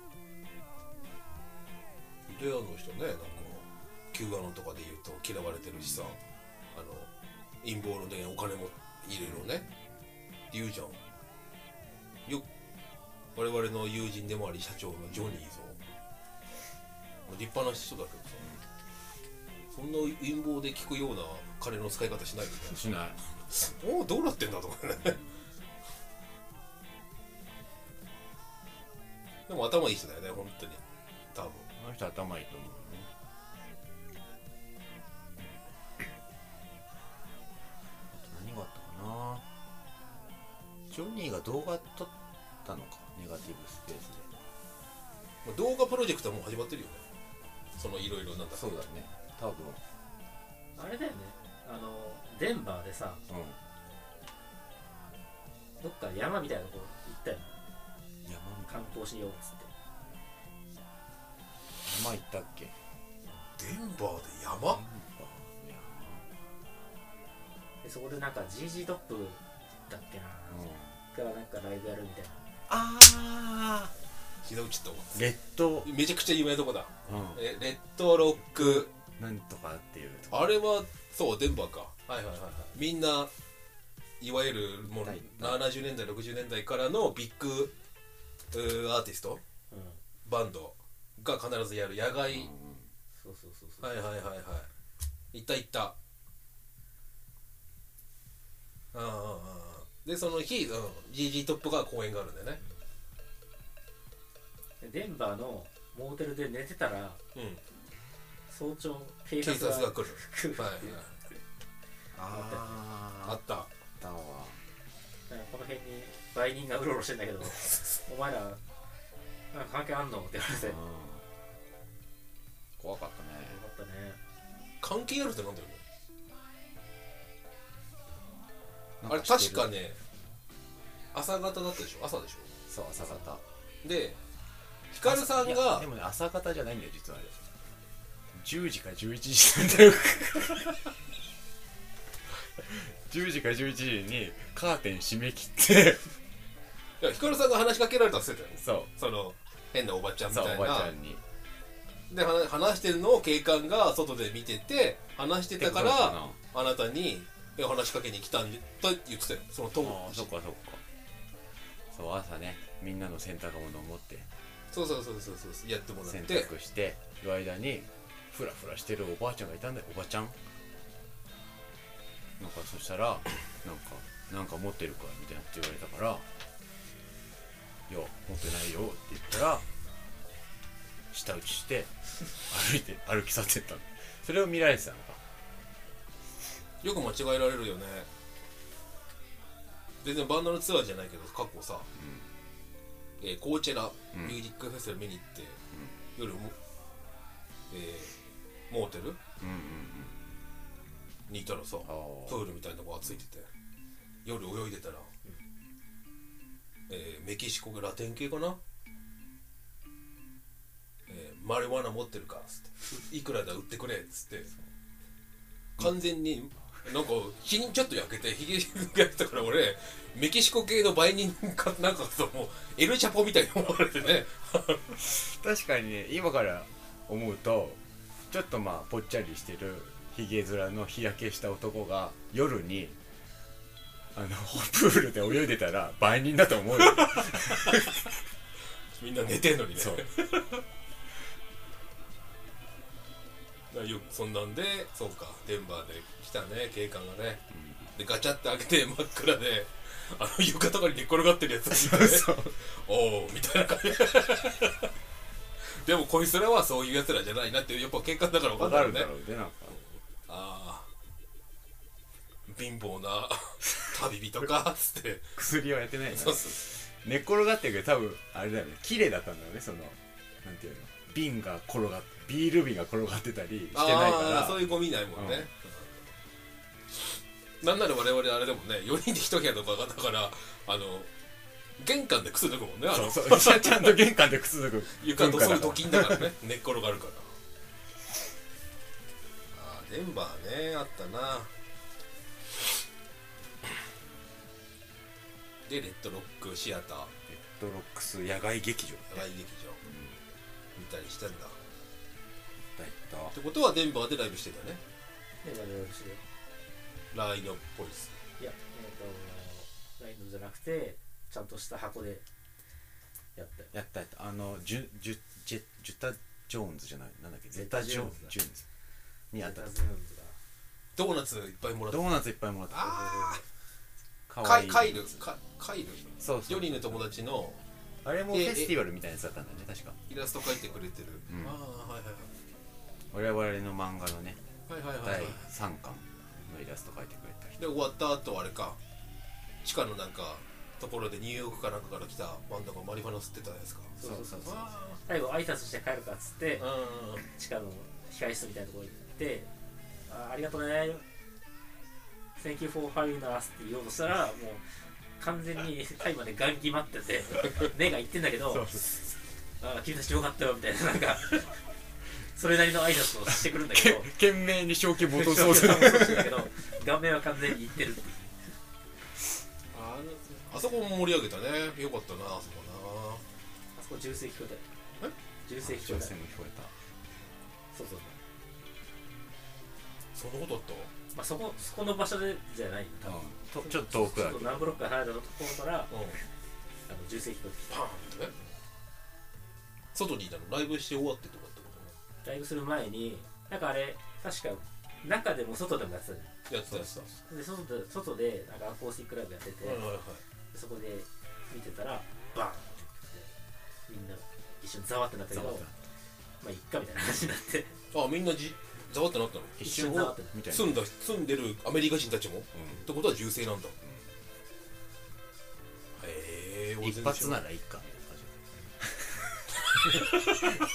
ユダヤの人ね、なんかキューバのとかで言うと嫌われてるしさ、あの陰謀論でお金も入れるのねって言うじゃん。よ我々の友人でもあり社長のジョニーぞ、立派な人だけどさ、そんな陰謀で聞くような金の使い方しないみたいな。 しない。 おおどうなってんだとかねでも頭いい人だよね本当に。多分あの人頭いいと思うね。何があったかな。ジョニーが動画撮ったのか、ネガティブスペースで。 動画プロジェクトはもう始まってるよね。そのいろいろなんだ。 そうだね、多分あれだよね、あのデンバーでさ、 うどっか山みたいなとこ行ったよね。 ん。山観光しようっつって。 山行ったっけ。 デンバーで山でそこでなんか ジージー トップだっけな、 うん、 がなんかライブやるみたいな。 ああ聞いたうちとレッドめちゃくちゃ有名なとこだ、 うん、 えレッドロックなんとかっていうとこ。 あれはそうデンバーか。はいはいはいはい。みんないわゆるもうななじゅうねんだいろくじゅうねんだいからのビッグアーティスト、 うん、 バンドが必ずやる野外、うん、 そうそうそうそう。 はいはいはいはい。行った行った。ああああ。でその日、うん、ジージー トップが公演があるんだよね。 デンバーのモーテルで寝てたら、 うん、 早朝警察察が来る。 来るはいはい。 ああった。 あったわ。 この辺に売人がうろうろしてんだけどお前らなんか関係あんのって言われて、 怖かったね。 よかったね。 関係あるってなんだよね。 なんあれ確かね朝方だったでしょ。朝でしょ。 そう、朝方でヒカルさんがでもね、朝方じゃないんだよ実は。あれじゅうじかじゅういちじなんだよじゅうじかじゅういちじにカーテン閉め切っていやヒカルさんが話しかけられたって言ってたよ。 そうその変なおばちゃんみたいな。 そう、おばちゃんにで話してるのを警官が外で見てて話してたからあなたに話しかけに来たんでと言ってたよ。その当時。 ああ、そっかそっか。そう、朝ねみんなの洗濯物を持ってそうそうそうそうそうやってもらって洗濯してる間にフラフラしてるおばあちゃんがいたんだよ。おばちゃんなんか、そしたらなんかなんか持ってるかみたいなって言われたから「いや持ってないよ」って言ったら舌打ちして歩いて歩き去ってったの。それを見られてたのか。 よく間違えられるよね。全然バンドのツアーじゃないけど過去さ、うん、えー、コーチェラミュージックフェスティバル見に行って、うん、夜も、えー、モーテル、うんうんうん、にいたらさプールみたいなのがついてて夜泳いでたら、うん、えー、メキシコがラテン系かな、えー、マリワナ持ってるかっつっていくらだ売ってくれっつって完全になんか日にちょっと焼けてひげがやってたから俺メキシコ系の売人かなんかともうエルチャポみたいに思われてね確かにね、今から思うとちょっとまあぽっちゃりしてるひげ面の日焼けした男が夜にあのプールで泳いでたら売人だと思うよみんな寝てんのにね。 そうよくそんなんでそうかデンバーで来たね警官がね、うん、でガチャって開けて真っ暗であの床とかに寝っ転がってるやつを見て、ね、おおみたいな感じでもこいつらはそういうやつらじゃないなってやっぱ警官だから分かるんだろうね。 分かるだろうね。なんかああ貧乏な旅人かっつって薬はやってないな。 そうそう寝っ転がってるけど多分あれだよね、綺麗だったんだよね。そのなんていうの、瓶が転がってビール瓶が転がってたりしてないからそういうゴミないもんね、うん、なんなら我々あれでもねよにんで一部屋とかだからあの玄関で靴脱ぐもんね。あのそうそうちゃんと玄関で靴脱ぐ床とそういう土金だからね寝っ転がるからデンバーね、あったな。でレッドロックシアター、 レッドロックス野外劇場野外劇場見たりしたんだ。 だいたってことはデンバーでライブしてたね。 でライブしてライノポリス。 いや、えっ、とライノじゃなくてちゃんとした箱でやったよ。 やったやったあのジュジュジェジュタ・ジョーンズじゃない、なんだっけ、ゼゼタタ・ジョーンジョーンズだズにあった。 ゼタズーンズがドーナツいっぱいもらった。 ドーナツいっぱいもらった。 あかわいい。 カイカイルカカイルそうそう、 ジョニーの友達のあれもフェスティバルみたいなやつだったんだよね、確か。 イラスト描いてくれてる、 うんああはいはい我々の漫画のね、 はいはいはいはいだいはい。 さんかんのイラスト描いてくれた人。 で終わった後あれか、地下のなんかところでニューヨークかなんかから来たバンドがマリファナ吸ってたやつか。 そうそうそうそうあ最後挨拶して帰るかっつってあうん地下の控室みたいなところ行ってあありがとうね Thank you for having us って言おうとしたらもう完全にタイまでガン決まってて目が言ってんだけどあ君たちよかったよみたいななんかそれなりの挨拶をしてくるんだけど懸命に正気戻そそううそうする。 してんだけど顔面は完全に言ってるっていうあのあそこも盛り上げたね。よかったなあそこな。 あそこ銃声聞こえたよえ銃声聞こえた女性も聞こえた。 そうそうそんなことあった？ まあそこそこの場所でじゃないよ多分とちょっと遠くだけどちょっと何ブロックか離れたところからあうんの銃声聞こえてきたパーンってね。外にいたのライブして終わってとかってこライブする前になんかあれ確か中でも外でもやってたじと？やってたやつだ。 ゃんで外で外でなんかアコースティックライブやってて、 はいはいはい。 でそこで見てたらバーンってみんな一瞬ざわってなったけどまあいっかみたいな話になってあみんなじざわってなったの？ 一瞬ざわってなっみたいな。 住んだ住んでるアメリカ人たちも、ってことは銃声なんだ。へえ、俺一全然知らない発ならいいかみたいな感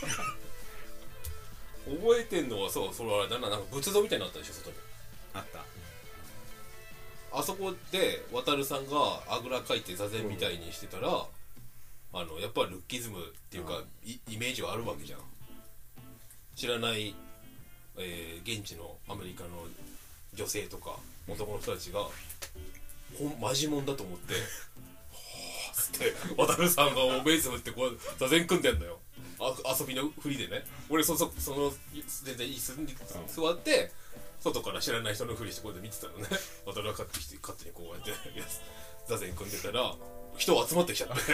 じ。 覚えてんのはそうそれはあれだな、なんか仏像みたいになのあったでしょ外に。 あった。 あそこで渡るさんがあぐらかいて座禅みたいにしてたら、あのやっぱりルッキズムっていうか、イイメージはあるわけじゃん。知らない、えー現地のアメリカの女性とか男の人たちがほんマジモンだと思ってはあつって渡るさんが目つぶってこう座禅組んでんだよ。あ遊びのふりでね。俺そそその全然椅子に座って外から知らない人のふりしてこうやって見てたのね。渡るが勝手に勝手にこうやって座禅組んでたら人集まってきちゃって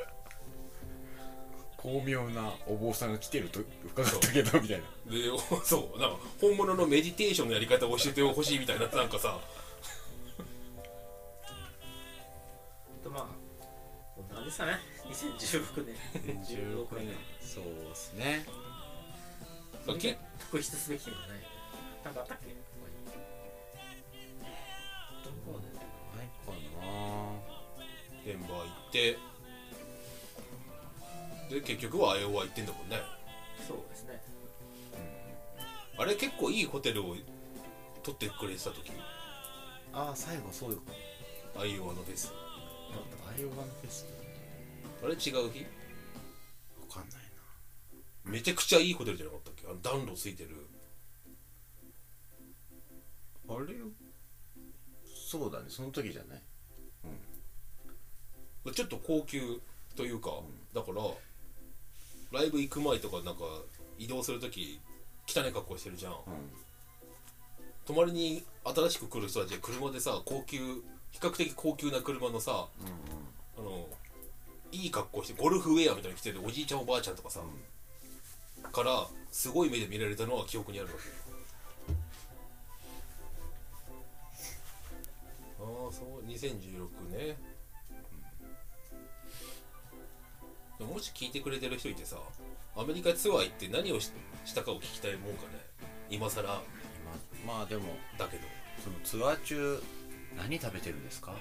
巧妙なお坊さんが来てると伺ったけどみたいな。 でそうなんか本物のメディテーションのやり方を教えてほしいみたいななんかさとまあ何ですかねにせんじゅうろくねんじゅうろくねんそうですね。 け特筆すべき点がないなんかあったっけどこまでないかな。 デンバー行ってで結局はアイオワ行ってんだもんね。 そうですねあれ結構いいホテルを取ってくれてた時ああ最後そうよ。 アイオワのフェスアイオワのフェス。 あれ違う日わかんないめちゃくちゃいいホテルじゃなかったっけ、あの暖炉ついてる。 な。あれそうだね、その時じゃない。 ちょっと高級というか、だからライブ行く前とかなんか移動する時汚い格好してるじゃん、 うん。 泊まりに新しく来る人たちが車でさ高級比較的高級な車のさうんうん。 あのいい格好してゴルフウェアみたいに着てるおじいちゃんおばあちゃんとかさ、からすごい目で見られたのは記憶にあるわけよ。ああそうにせんじゅうろくね、うん、もし聞いてくれてる人いてさアメリカツアー行って何を し, したかを聞きたいもんかね今更今まあでもだけどそのツアー中何食べてるんですか。や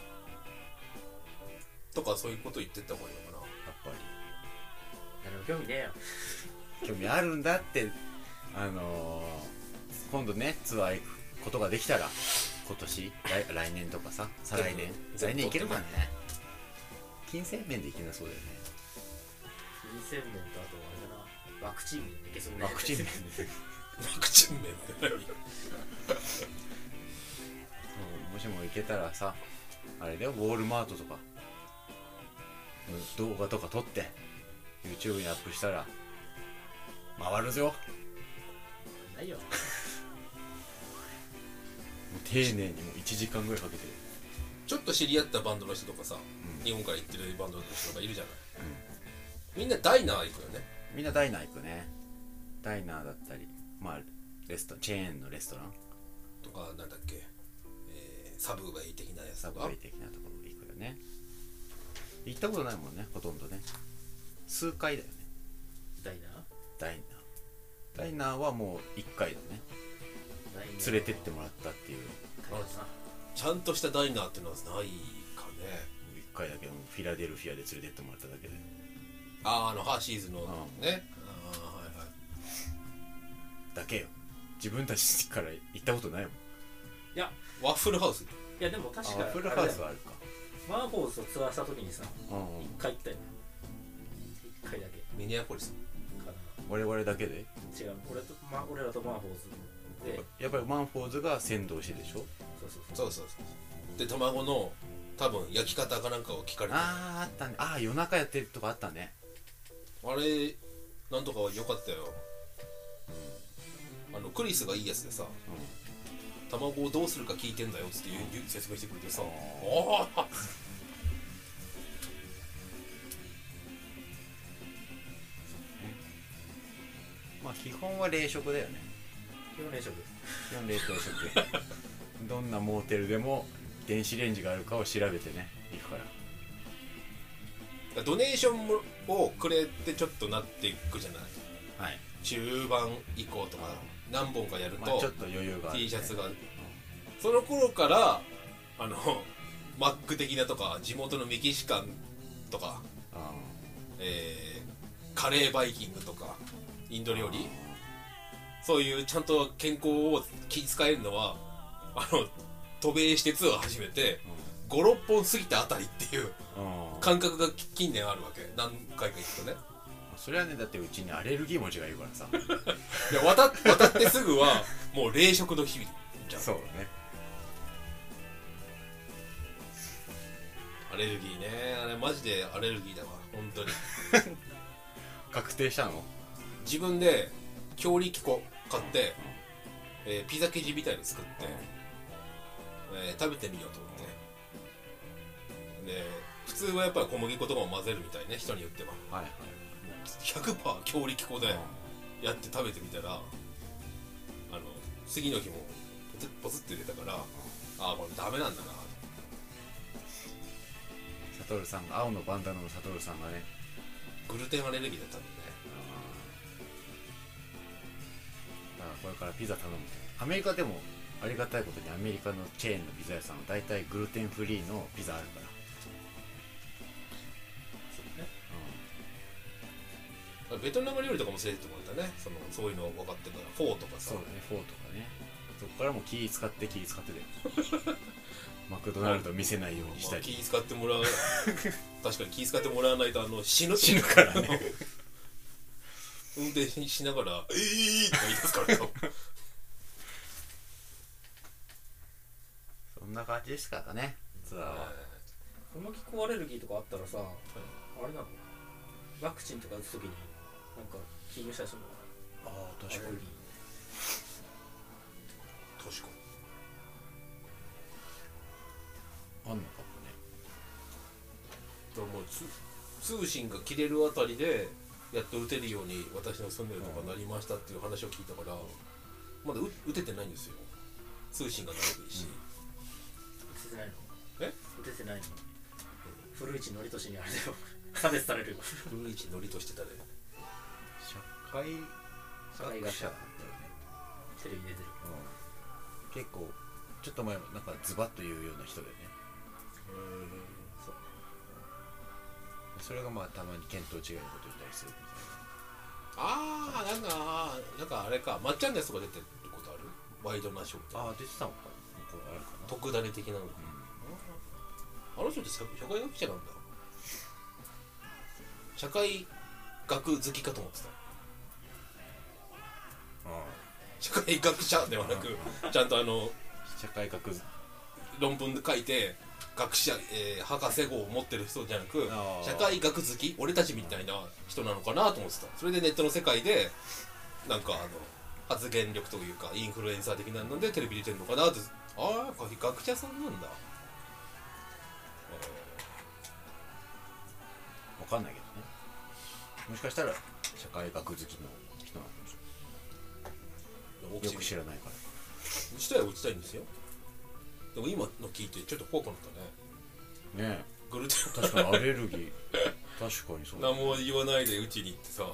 とかそういうこと言ってった方がいいのかな。 っぱり何も興味ねえよ興味あるんだってあのー、今度ねツアー行くことができたら今年 来, 来年とかさ再来年来年行けるかね。金銭面で行けなそうだよね。 金銭面とあとあれだなワクチン面でいけそうねワクチン面でワクチン麺って何？ もしも行けたらさ、あれだよ、ウォールマートとか動画とか撮って YouTube にアップしたら回るぞ。もないよ。 う丁寧にもういちじかんぐらいかけて。 ちょっと知り合ったバンドの人とかさ、 うん日本から行ってるバンドの人がいるじゃない、みんなダイナー行くよね。 みんなダイナー行くね。ダイナーだったり、まあレストチェーンのレストランとかなんだっけ、えーサブウェイ的なやつサとか。 ブウェイ的なところ行くよね。行ったことないもんね、ほとんどね。数回だよね。 ダイナーダイナーダイナーはもういっかいだね。 ダイナー連れてってもらったっていうあるな。 ちゃんとしたダイナーっていうのはないかね。 いっかいだけど、フィラデルフィアで連れてってもらっただけで。 あーあのハーシーズのうんね、あーはいはい。 だけよ。自分たちから行ったことないもん。 いやワッフルハウス。 いやでも確かあフルハウスはあるか。 マンホーズとツアーした時にさ、 うん一回行ったよ。一回だけミネアポリス。 かな。 我々だけで違う、俺と、ま、俺らとマンホーズで、 やっぱりマンフォーズが先導してでしょ。 そうそうそう。 そうそうそう。で卵の多分焼き方かなんかを聞かれて、ああーあったね。ああ夜中やってるとかあったね。 れなんとか良かったよ。あのクリスがいいやつでさ、卵をどうするか聞いてんだよっつって言う説明してくれてさ、おーまあ基本は冷食だよね。 基本冷食。 基本冷凍食どんなモーテルでも電子レンジがあるかを調べてね行くから。 ドネーションをくれてちょっとなっていくじゃない。 はい。 中盤以降とか何本かやると、 まあちょっと余裕がある、ね、 T シャツが、その頃からあのマック的なとか地元のメキシカンとか、 あえーカレーバイキングとかインド料理、そういうちゃんと健康を気遣えるのはあの渡米してツアー始めてごろっぽん過ぎたあたりっていうあ感覚が近年あるわけ。何回か行くとね。 それはね、だってうちにアレルギー持ちがいるからさいや渡渡ってすぐはもう冷食の日々じゃん。 そうだね。 アレルギーね、あれマジでアレルギーだわ本当に。 確定したの？ 自分で強力粉買って、えーピザ生地みたいの作って、えー食べてみようと思ってで、普通はやっぱり小麦粉とかも混ぜるみたいね、人によっては。 はいはい。 ひゃくパーセント 強力粉でやって食べてみたら、あの次の日もポツッポツって出たから、ああこれダメなんだな。 サトルさんが、青のバンダナのサトルさんがね、 グルテンアレルギーだったんだね。 だからこれからピザ頼む。アメリカでもありがたいことにアメリカのチェーンのピザ屋さんは大体グルテンフリーのピザあるから。 そうね。 ベトナム料理とかも連れてってもらったね、そのそういうの分かってから。フォーとかさ。 そうだね、フォーとかね。そこからも気使って気使ってでマクドナルド見せないようにしたり、 まあ気使ってもらう確かに気使ってもらわないとあの死ぬ死ぬからね運転しながら「えー!」とか言い出すからさ。 そんな感じですからね、ツアーは。 小麦粉アレルギーとかあったらさ、あれなの、ワクチンとか打つときになんか危惧したりするのかな。 ああ、 アレルギー確かにあんのかもね。 だからもうつ通信が切れるあたりでやっと打てるように私の住んでるとこになりましたっていう話を聞いたから、まだ打打ててないんですよ。通信が長いし、 打ててないの？ え？ 打ててないの？古市憲寿にあれだよ差別されるよ。 古市憲寿してたね。 社会学者だよね。 テレビ出てる。 結構ちょっと前もなんかズバッと言うような人でね。 そう。 それがまあたまに見当違いのこと言ったりするみああなんかなんかあれか、まっちゃんのやつとか出てることある？ワイドナショーって。 たいな。ああ、出てたのか。これあるかな。 特ダネ的なの。あの人って社社会学者なんだ。社会学好きかと思ってた。 ああ、 社会学者ではなくちゃんとあの社会学論文で書いて学者、えー、博士号を持ってる人じゃなくあー社会学好き俺たちみたいな人なのかなと思ってた。それでネットの世界でなんかあの発言力というかインフルエンサー的なのでテレビ出てるのかなって。ああやっぱ学者さんなんだ。 わかんないけどね。もしかしたら社会学好きの人なのかもしれない。よく知らないから。 打ちたいは打ちたいんですよ。でも今の聞いてちょっと怖くなったね。 ねグルテンえ、確かにアレルギー確かにそうだ、ね、 何も言わないでうちに行ってさ、うん、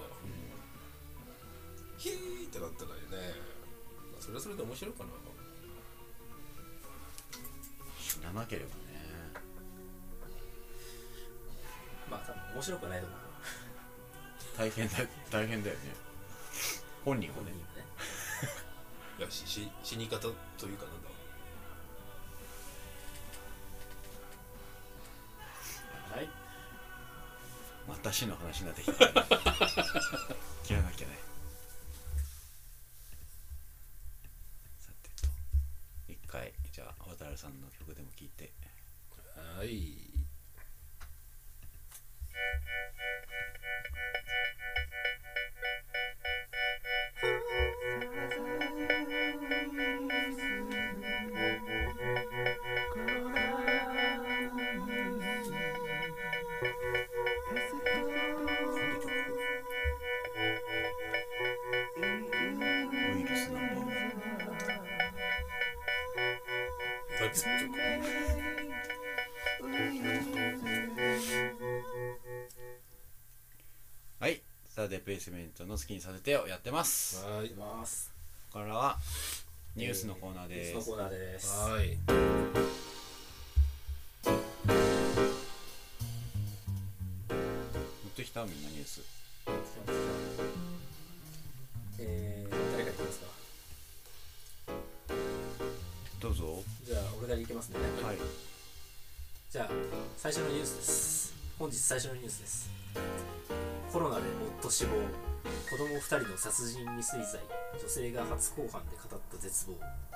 ヒーってなったらよね。まあ、それはそれで面白いかな。 死ななければね。 まあ多分面白くはないと思う。 大変だ大変だよね。本人はね。 本人はね。 いやしし死に方というかなんだ。 はい。 また死の話になってきた、ね。切らなきゃね。さてと一回じゃあ渡るさんの曲でも聴いて。 はい。 ウイルスナンバー。 何その曲。 はい、さあデペースメントの好きにさせてをやってます。 はいいきます。 ここからはニュースのコーナーです。 ニュースのコーナーです。 はい。 持ってきたみんなニュース。 えー、誰からいきますか。 どうぞ。 じゃあ俺からいきますね。 はい。 じゃあ最初のニュースです。本日最初のニュースです。コロナで夫死亡、子供ふたりの殺人未遂罪、女性が初公判で語った絶望。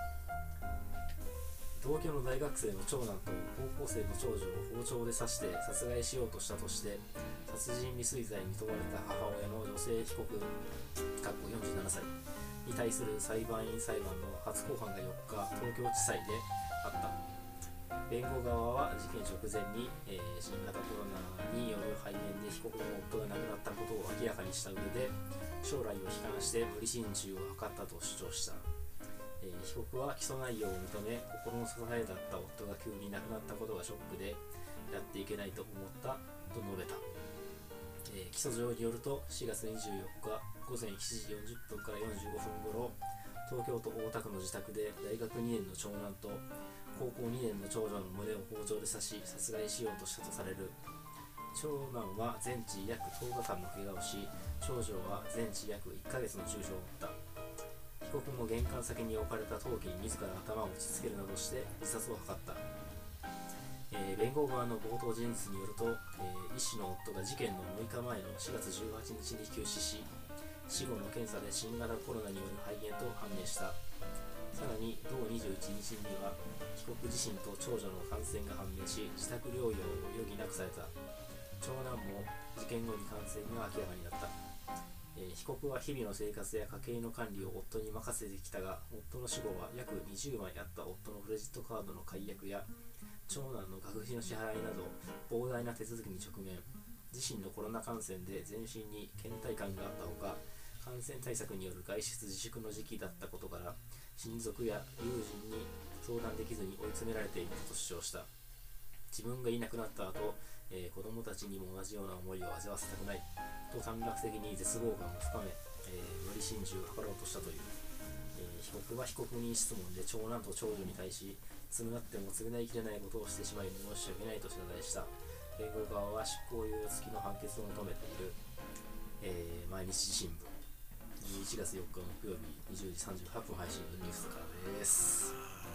同居の大学生の長男と高校生の長女を包丁で刺して殺害しようとしたとして殺人未遂罪に問われた母親の女性被告よんじゅうななさいに対する裁判員裁判の初公判がよっか東京地裁であった。弁護側は事件直前に、えー、新型コロナによる肺炎で被告の夫が亡くなったことを明らかにした上で将来を悲観して無理心中を図ったと主張した。えー、被告は起訴内容を認め、心の支えだった夫が急に亡くなったことがショックでやっていけないと思ったと述べた。えー、起訴状によるとしがつにじゅうよっかごぜんしちじよんじゅっぷんからよんじゅうごふんごろ、東京都大田区の自宅で大学にねんの長男と高校にねんの長女の胸を包丁で刺し殺害しようとしたとされる。長男は全治約とおかかんの怪我をし、長女は全治約いっかげつの重傷を負った。被告も玄関先に置かれた陶器に自ら頭を打ちつけるなどして自殺を図った。えー、弁護側の冒頭陳述によると、えー、医師の夫が事件のむいかまえのしがつじゅうはちにちに急死し、死後の検査で新型コロナによる肺炎と判明した。さらに同にじゅういちにちには被告自身と長女の感染が判明し、自宅療養を余儀なくされた。長男も事件後に感染が明らかになった。えー、被告は日々の生活や家計の管理を夫に任せてきたが、夫の死後は約にじゅうまいあった夫のクレジットカードの解約や長男の学費の支払いなど膨大な手続きに直面。自身のコロナ感染で全身に倦怠感があったほか、感染対策による外出自粛の時期だったことから親族や友人に相談できずに追い詰められていたと主張した。自分がいなくなった後、えー、子供たちにも同じような思いを味わわせたくないと短絡的に絶望感を深め、えー、無理心中を図ろうとしたという。えー、被告は被告人質問で長男と長女に対し、償っても償いきれないことをしてしまい申し訳ないと謝罪した。弁護側は執行猶予付きの判決を求めている。えー、毎日新聞じゅういちがつよっか木曜日にじゅうじさんじゅうはっぷん配信のニュースからです。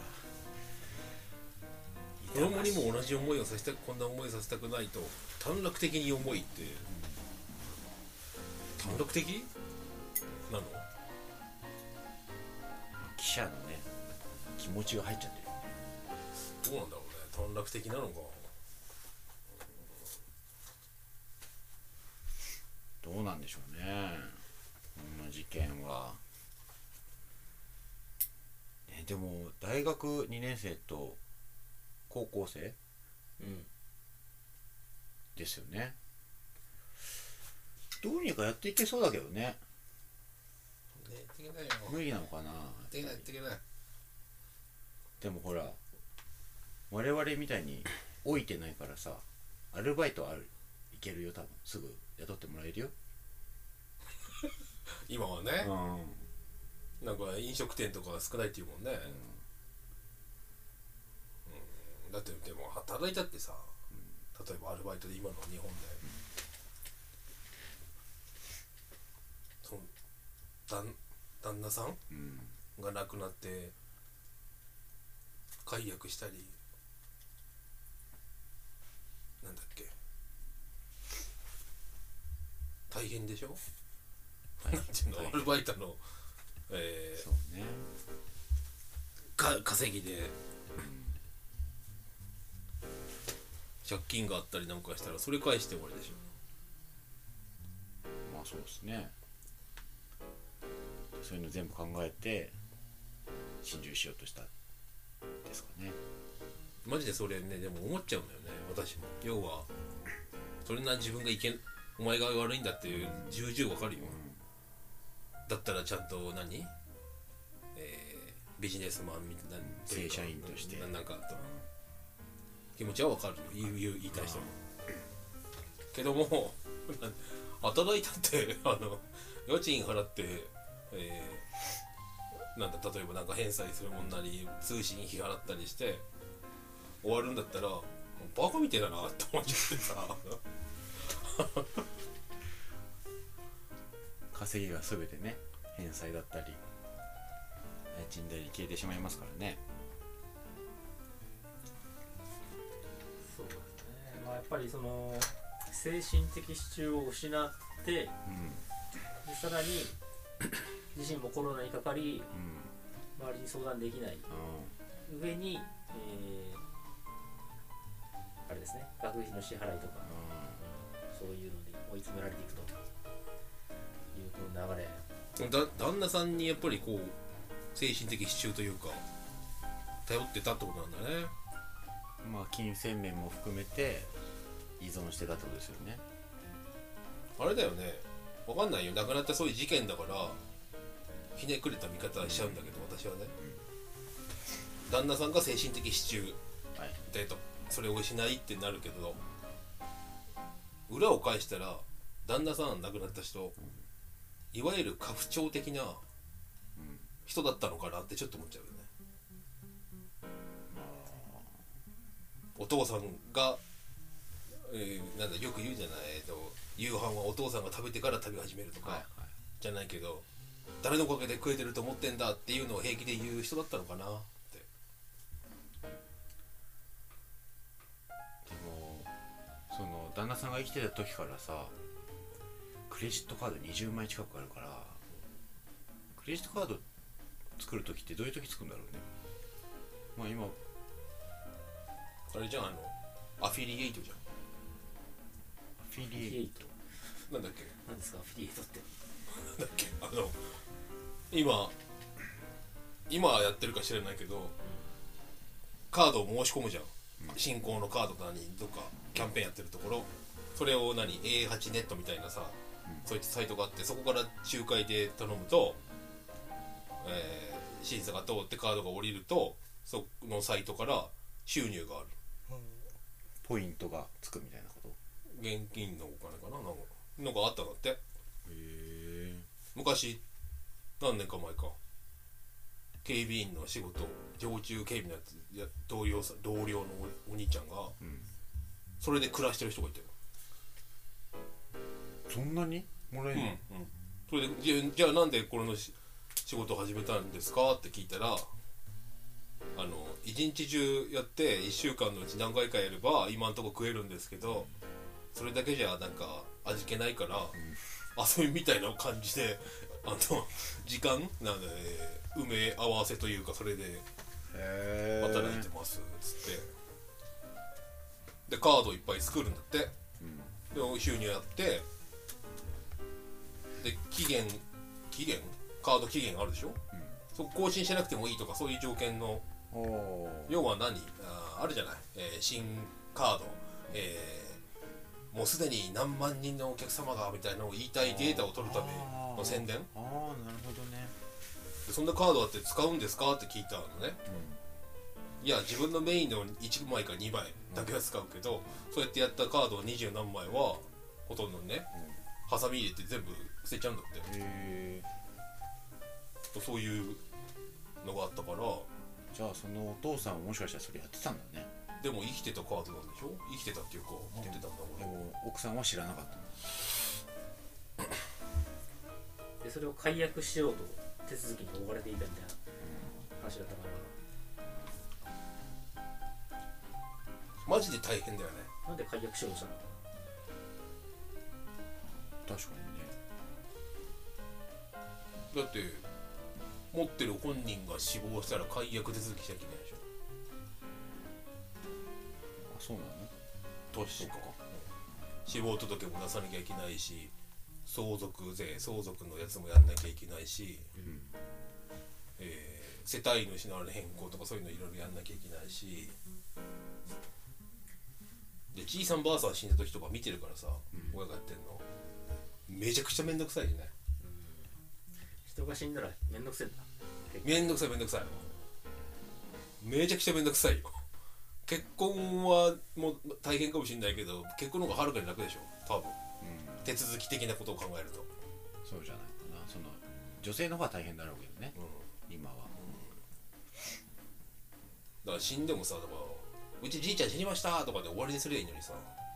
子供にも同じ思いをさせたこんな思いさせたくないと短絡的に思いって、うん、短絡的なの？ 者のね気持ちが入っちゃってる。 どうなんだろうね、短絡的なのか。 どうなんでしょうねこの事件は、ね、でも大学にねん生と高校生うんですよね。どうにかやっていけそうだけどね。 ね、やっていけないよ。 無理なのかな。 やっていけない、やっていけない。 でもほら我々みたいに老いてないからさ、アルバイトあるいけるよ、多分すぐ雇ってもらえるよ。 今はね、 うんなんか飲食店とか少ないっていうもんね、うん、だってでも働いたってさ、例えばアルバイトで今の日本で、その旦旦那さんうんが亡くなって解約したり、なんだっけ、大変でしょ。 大変なんていうの、 大変アルバイトの、えーそうね。 か稼ぎで借金があったりなんかしたらそれ返して終わりでしょ。 まあそうですね。そういうの全部考えて心中しようとしたですかね。 マジでそれね、でも思っちゃうんだよね、私も。要はそれな自分がいけん、お前が悪いんだっていう重々わかるよ、だったらちゃんと何、えー、ビジネスマンみたいな正社員としてななんかと気持ちはわかるよ、言う言う言いたい人も。けども働いたってあの家賃払って、えー、なんだ例えばなんか返済するもんなり通信費払ったりして終わるんだったらバカみてえだなって思っちゃってさ稼ぎが全てね返済だったり家賃代に消えてしまいますからね。 そうですね。まあやっぱりその精神的支柱を失ってでうんさらに自身もコロナにかかりうん周りに相談できない上に、えー、あれですね、学費の支払いとかそういうのに追い詰められていくというこの流れ。 だ旦那さんにやっぱりこう精神的支柱というか頼ってたってことなんだね。 うんまあ金銭面も含めて依存してたってことですよね。 あれだよね、わかんないよ、亡くなったそういう事件だからひねくれた見方しちゃうんだけど、私はね、旦那さんが精神的支柱はいでとそれを失いってなるけど、裏を返したら旦那さん亡くなった人、いわゆる家父長的な人だったのかなってちょっと思っちゃうよね。お父さんが、えー、なんだよく言うじゃない、えーと、夕飯はお父さんが食べてから食べ始めるとか、 はいはいじゃないけど誰のおかげで食えてると思ってんだっていうのを平気で言う人だったのかなって。 でもその旦那さんが生きてた時からさクレジットカードにじゅうまい近くあるから、クレジットカード作る時ってどういう時作るんだろうね。まあ今あれじゃん、あのアフィリエイトじゃん。 アフィアフィリエイリエイトなんだっけなんですか、アフィリエイトって。 なんだっけあの今今やってるか知らないけど、カードを申し込むじゃん、新興のカードかにどっかキャンペーンやってるところ、それを何 エーエイチ ネットみたいなさ、そういったサイトがあって、そこから仲介で頼むと、えー審査が通ってカードが降りるとそのサイトから収入がある、 ポイントがつくみたいなこと。 現金のお金かな、なんかなんかあったんだって。 へえ。 昔何年か前か、警備員の仕事、常駐警備のやつや同僚さ同僚の お, お兄ちゃんが、 うん、 それで暮らしてる人がいてる。 そんなにもらえるの？ うんうん、それでじゃ, じゃあなんでこれのし仕事を始めたんですかって聞いたら、あの一日中やっていっしゅうかんのうち何回かやれば今んとこ食えるんですけど、それだけじゃなんか味気ないから、遊びみたいな感じであの時間なんで、えー埋め合わせというかそれでへ働いてますっつってでカードいっぱい作るんだって、うん、で収入やってで期限期限カード期限あるでしょ、うん、そこ更新しなくてもいいとかそういう条件の要は何 あ, あるじゃない、えー、新カード、えー、もうすでに何万人のお客様がみたいなのを言いたいデータを取るための宣伝。 ああなるほどね。 でそんなカードあって使うんですかって聞いたのね、うん、いや自分のメインのいちまいかにまいだけは使うけど、うん、そうやってやったカードにじゅうなんまいはほとんどね、うん、ハサミ入れて全部捨てちゃうんだって。へー。そういうのがあったから、 じゃあそのお父さんはもしかしたらそれやってたんだね。 でも生きてたカードなんでしょ。生きてたっていうか持ってたんだこれ。 でも奥さんは知らなかったの。 でそれを解約しようと手続きに追われていたみたいな話だったから、 マジで大変だよね。 なんで解約しようとしたの。 確かにね。だって持ってる本人が死亡したら解約手続きしなきゃいけないでしょ。 あ、そうなの。 確か死亡届も出さなきゃいけないし、相続税相続のやつもやんなきゃいけないし、うんえー、世帯主の変更とかそういうのいろいろやんなきゃいけないし、でじいさんばあさん死んだ時とか見てるからさ、うん、親がやってんのめちゃくちゃめんどくさいよね。 人が死んだらめんどくせえんだ。 めんどくさいめんどくさいめちゃくちゃめんどくさいよ。結婚はもう大変かもしれないけど結婚の方がはるかに楽でしょ多分、うん、手続き的なことを考えると。 そうじゃないかな。その女性の方が大変だろうけどね、うん、今は、 うん、だから死んでもさ、だからうちじいちゃん死にましたとかで終わりにすりゃいいのにさ、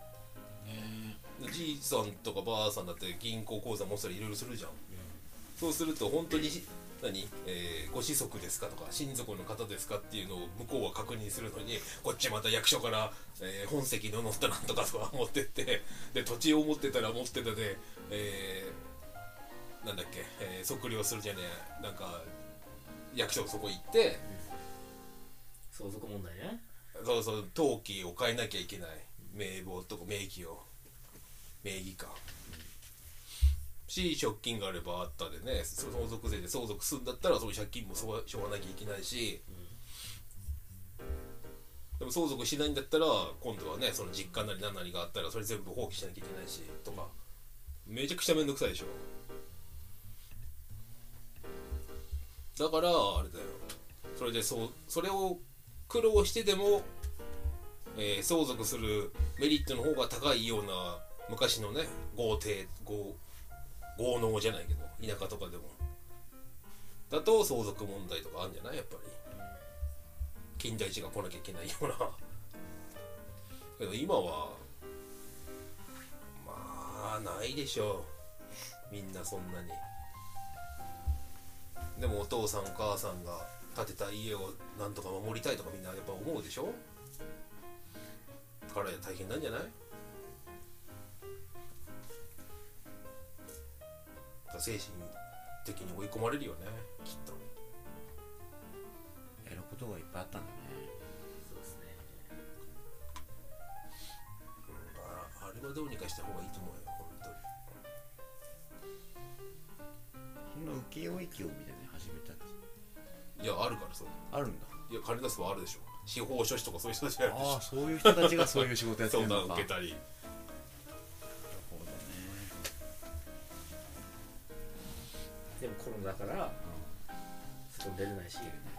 じいさんとかばあさんだって銀行口座持ってたらいろいろするじゃん、うん、そうすると本当に何、えー、ご子息ですかとか親族の方ですかっていうのを向こうは確認するのにこっちまた役所から、えー、本籍の載ったなんとかとか持ってってで土地を持ってたら持ってたで、えー、なんだっけ、えー、測量するじゃねえなんか役所そこ行って、うん、 相続問題ね。 そうそう登記を変えなきゃいけない名簿とか名義を名義か、し借金があればあったでね相続税で相続するんだったらそういう借金もしょうがなきゃいけないし、うん、でも相続しないんだったら今度はねその実家なり何なりがあったらそれ全部放棄しなきゃいけないしとかめちゃくちゃめんどくさいでしょ。だからあれだよそれでそうそれを苦労してでも、えー、相続するメリットの方が高いような昔のね豪邸豪豪農じゃないけど田舎とかでもだと相続問題とかあるんじゃないやっぱり金田一が来なきゃいけないようなけど今はまあないでしょうみんなそんなに。でもお父さんお母さんが建てた家をなんとか守りたいとかみんなやっぱ思うでしょ。から大変なんじゃない。精神的に追い込まれるよねきっと。 やることがいっぱいあったんだね。 そうですね、 うん、あ, あれはどうにかした方がいいと思うよ本当に。 そんな請負業みたいなの始めたんです。 いやあるからそうあるんだ。 いや金出すはあるでしょ。司法書士とかそういう人たちやるでしょ。 ああそういう人たちがそういう仕事やってるのか。 相談受けたり。 でもコロナだから、うん、外出れないし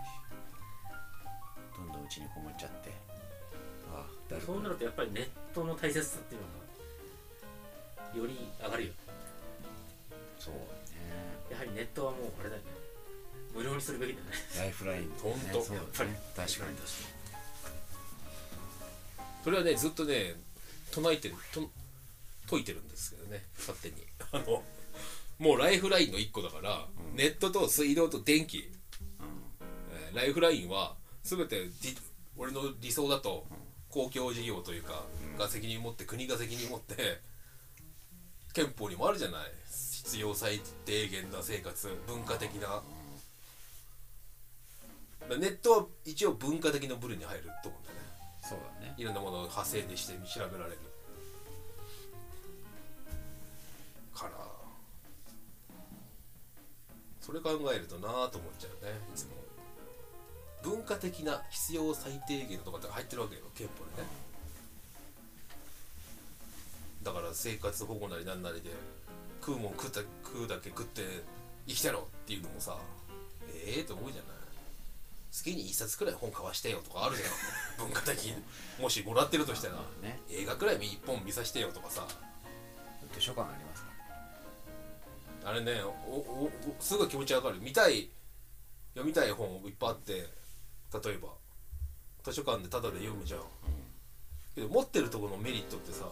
どんどんうちにこもっちゃって、ああそうなるとやっぱりネットの大切さっていうのがより上がるよ。 そうね。 やはりネットはもうあれだよね、無料にするべきだよね。 ライフライン本当、ね、 そうやっぱり確かにそれはねずっとね唱えてると解いてるんですけどね勝手にあのもうライフラインのいっこだから、うん、ネットと水道と電気、うんえー、ライフラインは全て俺の理想だと、うん、公共事業というか、うん、が責任持って国が責任持って憲法にもあるじゃない必要最低限な生活文化的な、 らネットは一応文化的な部類に入ると思うんだよね。 そうだね。 いろんなものを派生でして調べられるからそれ考えるとなぁと思っちゃうね。いつも文化的な必要最低限とかって入ってるわけよ憲法でね。だから生活保護なりなんなりで食うもん食った食うだけ食って生きてろっていうのもさええー、と思うじゃない。月に一冊くらい本買わしてよとかあるじゃん文化的にもしもらってるとしたら、ね、映画くらい一本見させてよとかさ図書館ありますか。 あれねおおすごい気持ちわかる。見たい読みたい本いっぱいあって例えば図書館でタダで読むじゃん、うん、けど持ってるところのメリットってさ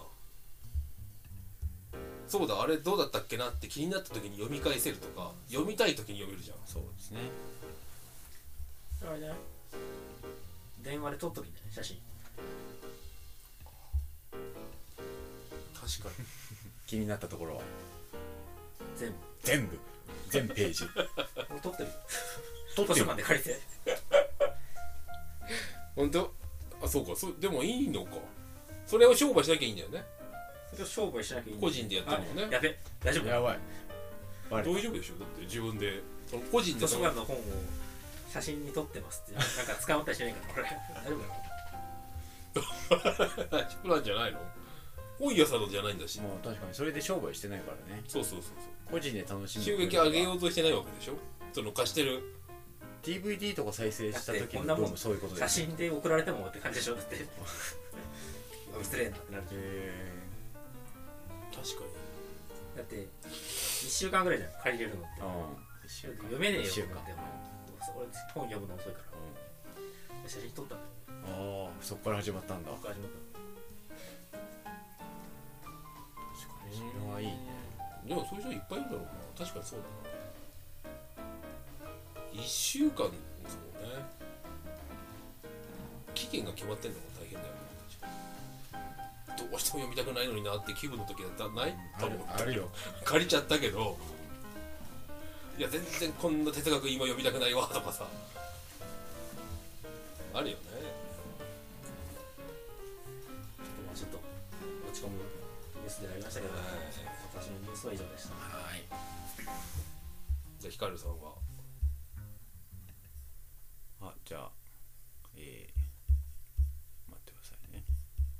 そうだあれどうだったっけなって気になった時に読み返せるとか読みたい時に読めるじゃん。 そうですね。 あれじゃない電話で撮っときんだね写真。 確かに気になったところは全部全部全ページもう撮ってる撮ってる図書館で借りて本当あそうかそでもいいのか。それを商売しなきゃいいんだよね。 それを商売しなきゃいいんだ。 個人でやってるもんね。 やべ大丈夫やばい大丈夫でしょ。だって自分でその個人で図書館の本を写真に撮ってますってなんか使わったりしないからこれ大丈夫なの大丈夫なんじゃないの。本屋さんのじゃないんだし。 もう確かにそれで商売してないからね。 そうそうそうそう個人で楽しむ収益上げようとしてないわけでしょ。その貸してるディーブイディー とか再生した時の分もそういうことで写真で送られてもって感じでしょ。だって失礼なってなる。 へ確かにだっていっしゅうかんぐらいじゃん借りれるのって。 うん読めねえよいっしゅうかんって俺本読むの遅いから、うん、写真撮ったんだよ。 ああそっから始まったんだ。 そっから始まった。 確かにそれはいいね。 でもそういう人いっぱいいるだろうな。確かにそうだな。いっしゅうかんそうね期限が決まってんのも大変だよね。どうしても読みたくないのになって気分の時だったらないと思う。 あるよ借りちゃったけどいや全然こんな哲学今読みたくないわとかさあるよね。 ちょっと落ち込むニュースでありましたけど、私のニュースは以上でした。 はい。 じゃあヒカルさんはあじゃあえー、待ってくださいね。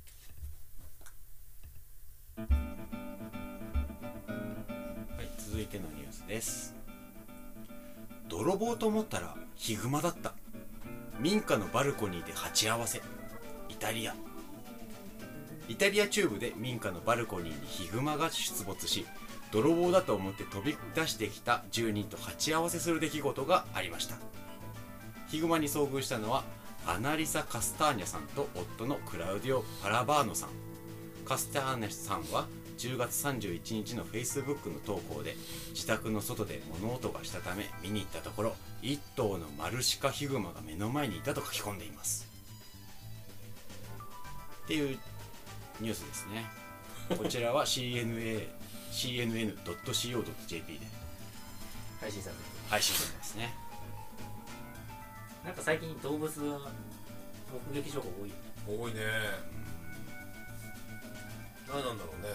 はい続いてのニュースです。泥棒と思ったらヒグマだった。民家のバルコニーで鉢合わせ。イタリアイタリア中部で民家のバルコニーにヒグマが出没し、泥棒だと思って飛び出してきた住人と鉢合わせする出来事がありました。ヒグマに遭遇したのはアナリサ・カスターニャさんと夫のクラウディオ・パラバーノさん。カスターニャさんはじゅうがつさんじゅういちにちの Facebook の投稿で自宅の外で物音がしたため見に行ったところいっとうのマルシカヒグマが目の前にいたと書き込んでいますっていうニュースですね。こちらは シーエヌエー シーエヌエヌドットシーオードットジェーピー で配信されてる。 配信されますね。 なんか最近動物は目撃情報多いよね。 多いね。何なんだろうね。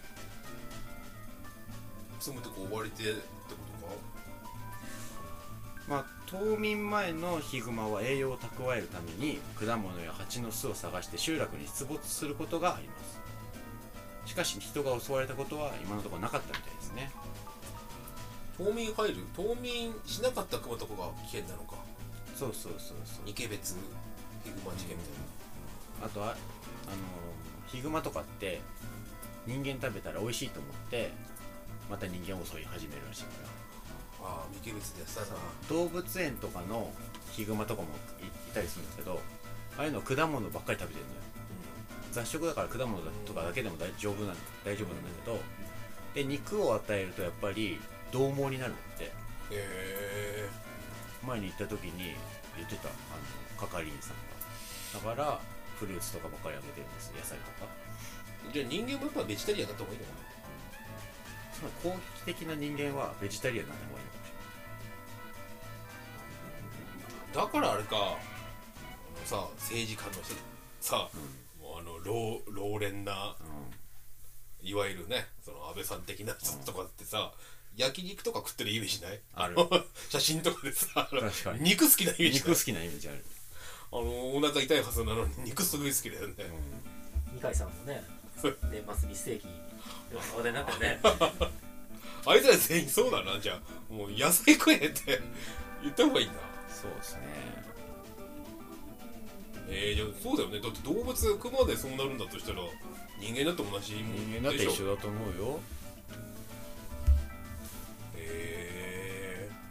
住むとこ追われてってことか。 まあ冬眠前のヒグマは栄養を蓄えるために果物や蜂の巣を探して集落に出没することがあります。しかし人が襲われたことは今のところなかったみたいですね。 冬眠入る冬眠しなかったクマとかが危険なのか。 そうそうそうそう。 ニケベツヒグマ事件みたいな。あとはあのヒグマとかって人間食べたら美味しいと思ってまた人間を襲い始めるらしいから。 ああニケベツでさ動物園とかのヒグマとかも い, いたりするんですけど、ああいうの果物ばっかり食べてるのよ、うん、雑食だから果物とかだけでも大丈夫なん大丈夫なんだけど、で肉を与えるとやっぱり獰猛になるって。へえ。 前に行った時に言ってたあの係員さんが。だからフルーツとかばっかりあげてるんです、野菜とか。 じゃあ人間もやっぱベジタリアンだった方がいいのかな。 つまり攻撃的な人間はベジタリアンになった方がいいのかもしれない。 だからあれかさ政治家の人さ、うん、もうあの老老練な、うん、いわゆるねその安倍さん的な人とかってさ、うん、焼肉とか食ってるイメージない？ ある写真とかでさ確かに肉好きなイメージ肉好きなイメージある。 あのお腹痛いはずなのに肉すごい好きだよね、 うん、二階さんもね年末にステーキ話題になったよねあいつら全員そうだな。じゃあもう野菜食えって言った方がいいんだ。 そうですね。 えー、じゃあそうだよね。だって動物クマでそうなるんだとしたら人間だって同じもん人間だって一緒だと思うよ。 えー、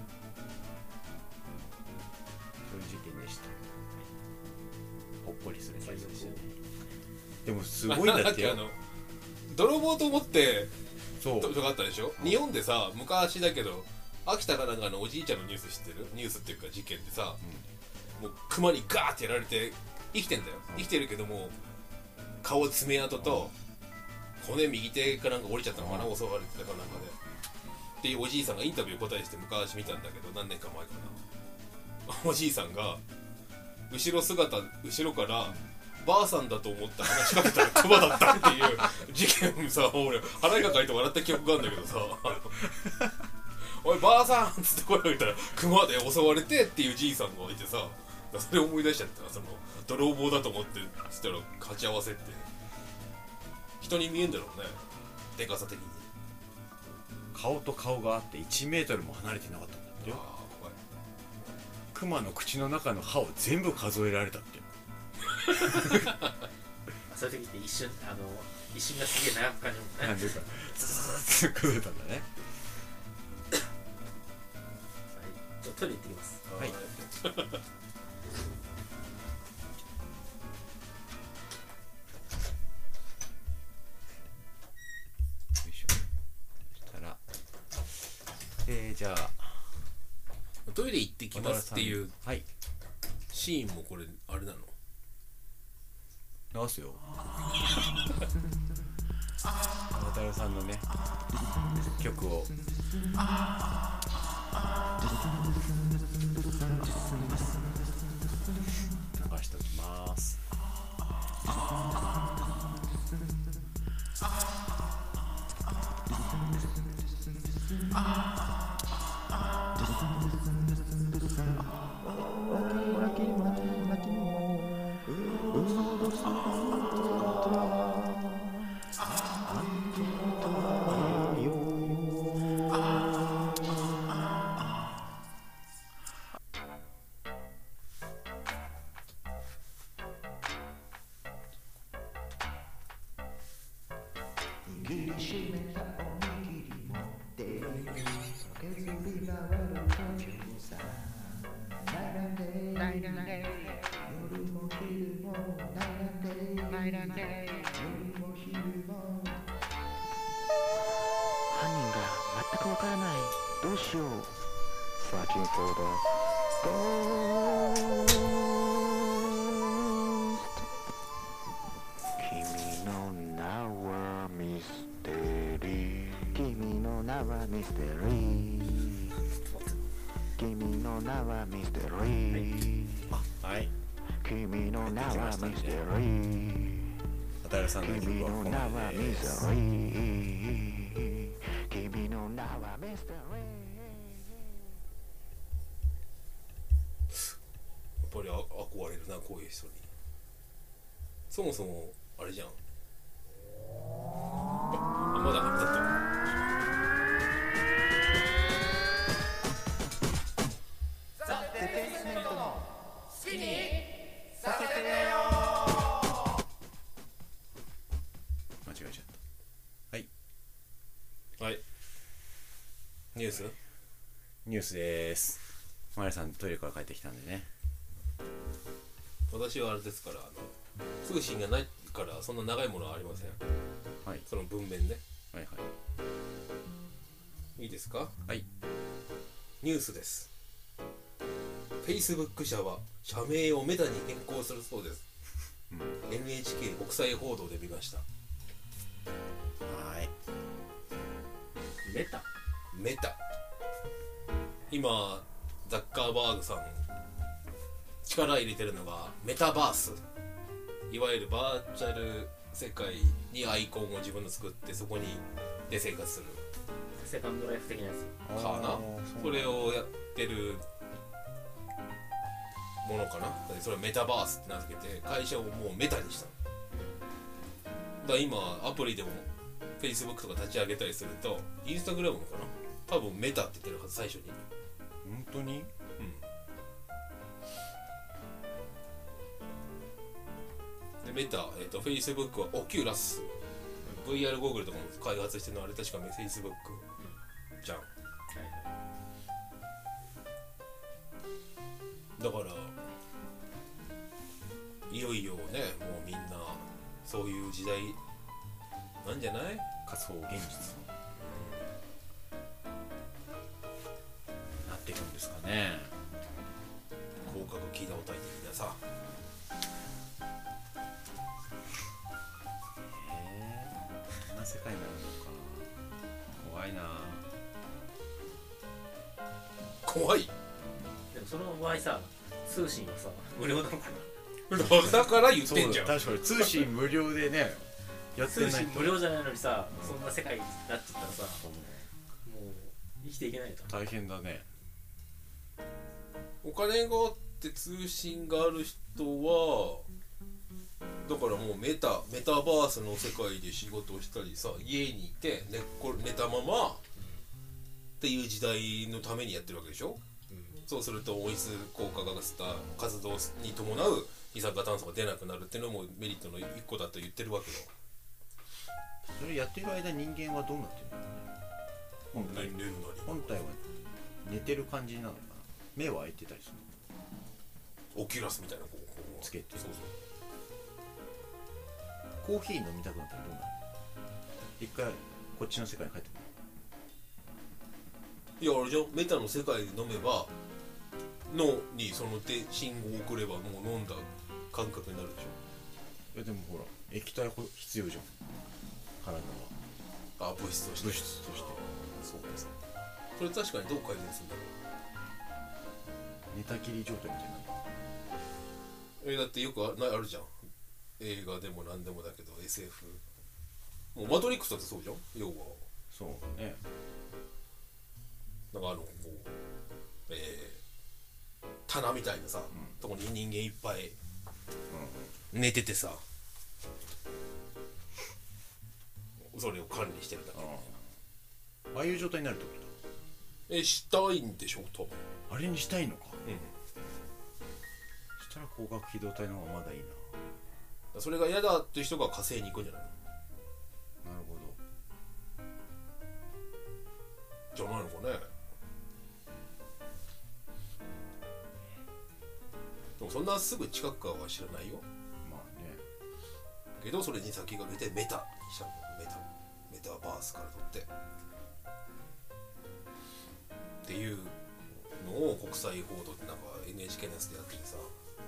そういう事件でした。ほっこりする最初でしたね。でもすごいんだってよ。 あの泥棒と思ってそうとかあったでしょ、うん、日本でさ昔だけど秋田かなんかのおじいちゃんのニュース知ってる？ニュースっていうか事件でさ、うん、もう熊にガーってやられて生きてんだよ、うん、生きてるけども顔爪痕と骨右手かなんか折れちゃったのかな、うん、襲われてたかなんかでっていうおじいさんがインタビュー答えして昔見たんだけど何年か前かな。おじいさんが後ろ姿後ろからばあさんだと思って話しかけたらクマだったっていう事件さ、俺腹がかいて笑った記憶があるんだけどさおいばあさんっつって声をかけたらクマで襲われてっていうじいさんがいてさ、それ思い出しちゃった。その泥棒だと思ってしたら勝ち合わせって人に見えんだろうね、でかさ的に。 顔と顔があっていちメートルも離れてなかったんだってよ。 あー怖い。 クマの口の中の歯を全部数えられたってよそういう時って一瞬あの一瞬がすげえ長く感じるもんね。 なんでかズズズって数えたんだね。 はい、ちょっとトイレ行ってきます。 はいえー、じゃあトイレ行ってきますっていうはいシーンもこれあれなの？ 流すよ渡るさんのね曲を流しておきます。 犯人が全くわからない。どうしよう。 Searching for the ghost。 君の名はミステリー。君の名はミステリー。君の名はミステリー。 はい、 君の名はミステリー。 渡るさんの曲はここまでです。 君の名はミステリー。 やっぱりあ憧れるな、こういう人に。そもそもあれじゃん、あまだだザ・テペイスメントの好きにさせてよ。 間違えちゃったはいはいニュースニュースでーす。マリさんトイレから帰ってきたんでね。 私はあれですから、あの通信がないからそんな長いものはありません。 はいその文面ね。 はいはいいいですか。 はいニュースです。 Facebook 社は社名をメタに変更するそうです、うん、エヌエイチケー 国際報道で見ました。 はいメタメタ今ザッカーバーグさん力入れてるのがメタバース、いわゆるバーチャル世界にアイコンを自分の作ってそこにで生活するセカンドライフ的なやつかな。それをやってるものかな。それをメタバースって名付けて会社をもうメタにしたの。だから今アプリでも Facebook とか立ち上げたりすると Instagram かな、多分メタって言ってるはず最初に。 本当に？ でメタ、えー、と Facebook はオキュラス ブイアール ゴーグルとかも開発してるのはあれ確か Facebook じゃん。だからいよいよね、もうみんなそういう時代なんじゃない？ 仮想現実なっていくんですかね。 広角機動隊的なさ。 こんな世界になるのか。怖いな。 怖い。 でもその場合さ、通信はさ無料なのかだから言ってんじゃん。 確かに通信無料でねやな。 ってない通信無料じゃないのにさ、そんな世界になっちゃったらさ、もう生きていけないよ。 大変だね。 お金があって通信がある人はだからもうメタメタバースの世界で仕事をしたりさ、家にいて寝っこ寝たままっていう時代のためにやってるわけでしょ、うん、そうすると温室効果ガス活動に伴う二酸化炭素が出なくなるっていうのもメリットの一個だと言ってるわけよ。 それやってる間人間はどうなってるの？本体寝る本体は寝てる感じなのかな。目は開いてたりするの？オキュラスみたいなこうこうつけて。 そうそう。 コーヒー飲みたくなったらどうなる？一回こっちの世界に帰ってくる。 いやあれじゃん、メタの世界で飲めば脳にそので信号を送ればもう飲んだ感覚になるでしょ。いやでもほら液体必要じゃん体は。 あ、物質として。 物質として。 そうかそう。それ確かにどう改善するんだろう。寝たきり状態みたいな。 えだってよく あ, なあるじゃん、映画でも何でもだけど エスエフ もうマトリックスだってそうじゃん。要はそうね。 なんかあのこう、えー、棚みたいなさ、うん、とこに人間いっぱい、うん、寝ててさ、それを管理してるだけみたいな。 ああいう状態になるってことだ。えしたいんでしょ多分。 あれにしたいのか。 うん。 そしたら光学機動隊の方がまだいいな。 それが嫌だっていう人が火星に行くんじゃないの？ なるほど。じゃないのかね。でもそんなすぐ近くかは知らないよ。 まあね。 けどそれに先駆けてメタにしたの。メタメタバースから取ってっていうのを国際報道ってなんか エヌエイチケー のやつでやっててさ。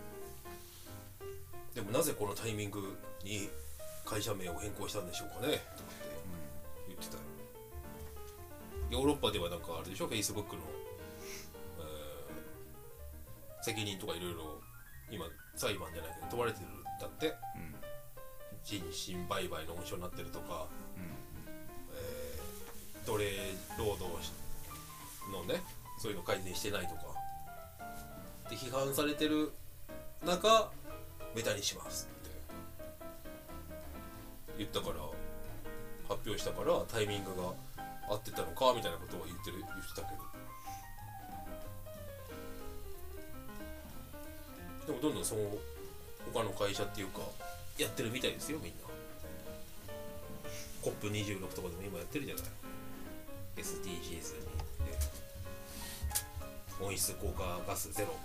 でもなぜこのタイミングに会社名を変更したんでしょうかねとかって言ってたよ。ヨーロッパではなんかあれでしょ、 Facebook の、えー、責任とかいろいろ今裁判じゃないけど問われてるんだって、うん、人身売買の温床になってるとか、うんえー、奴隷労働のねそういうの改善してないとかで批判されてる中メタにしますって言ったから発表したからタイミングが合ってたのかみたいなことを言ってる言ってたけど、でもどんどんその他の会社っていうかやってるみたいですよみんな。 コップにじゅうろく とかでも今やってるじゃない エスディージーズ にで温室効果ガスゼロ、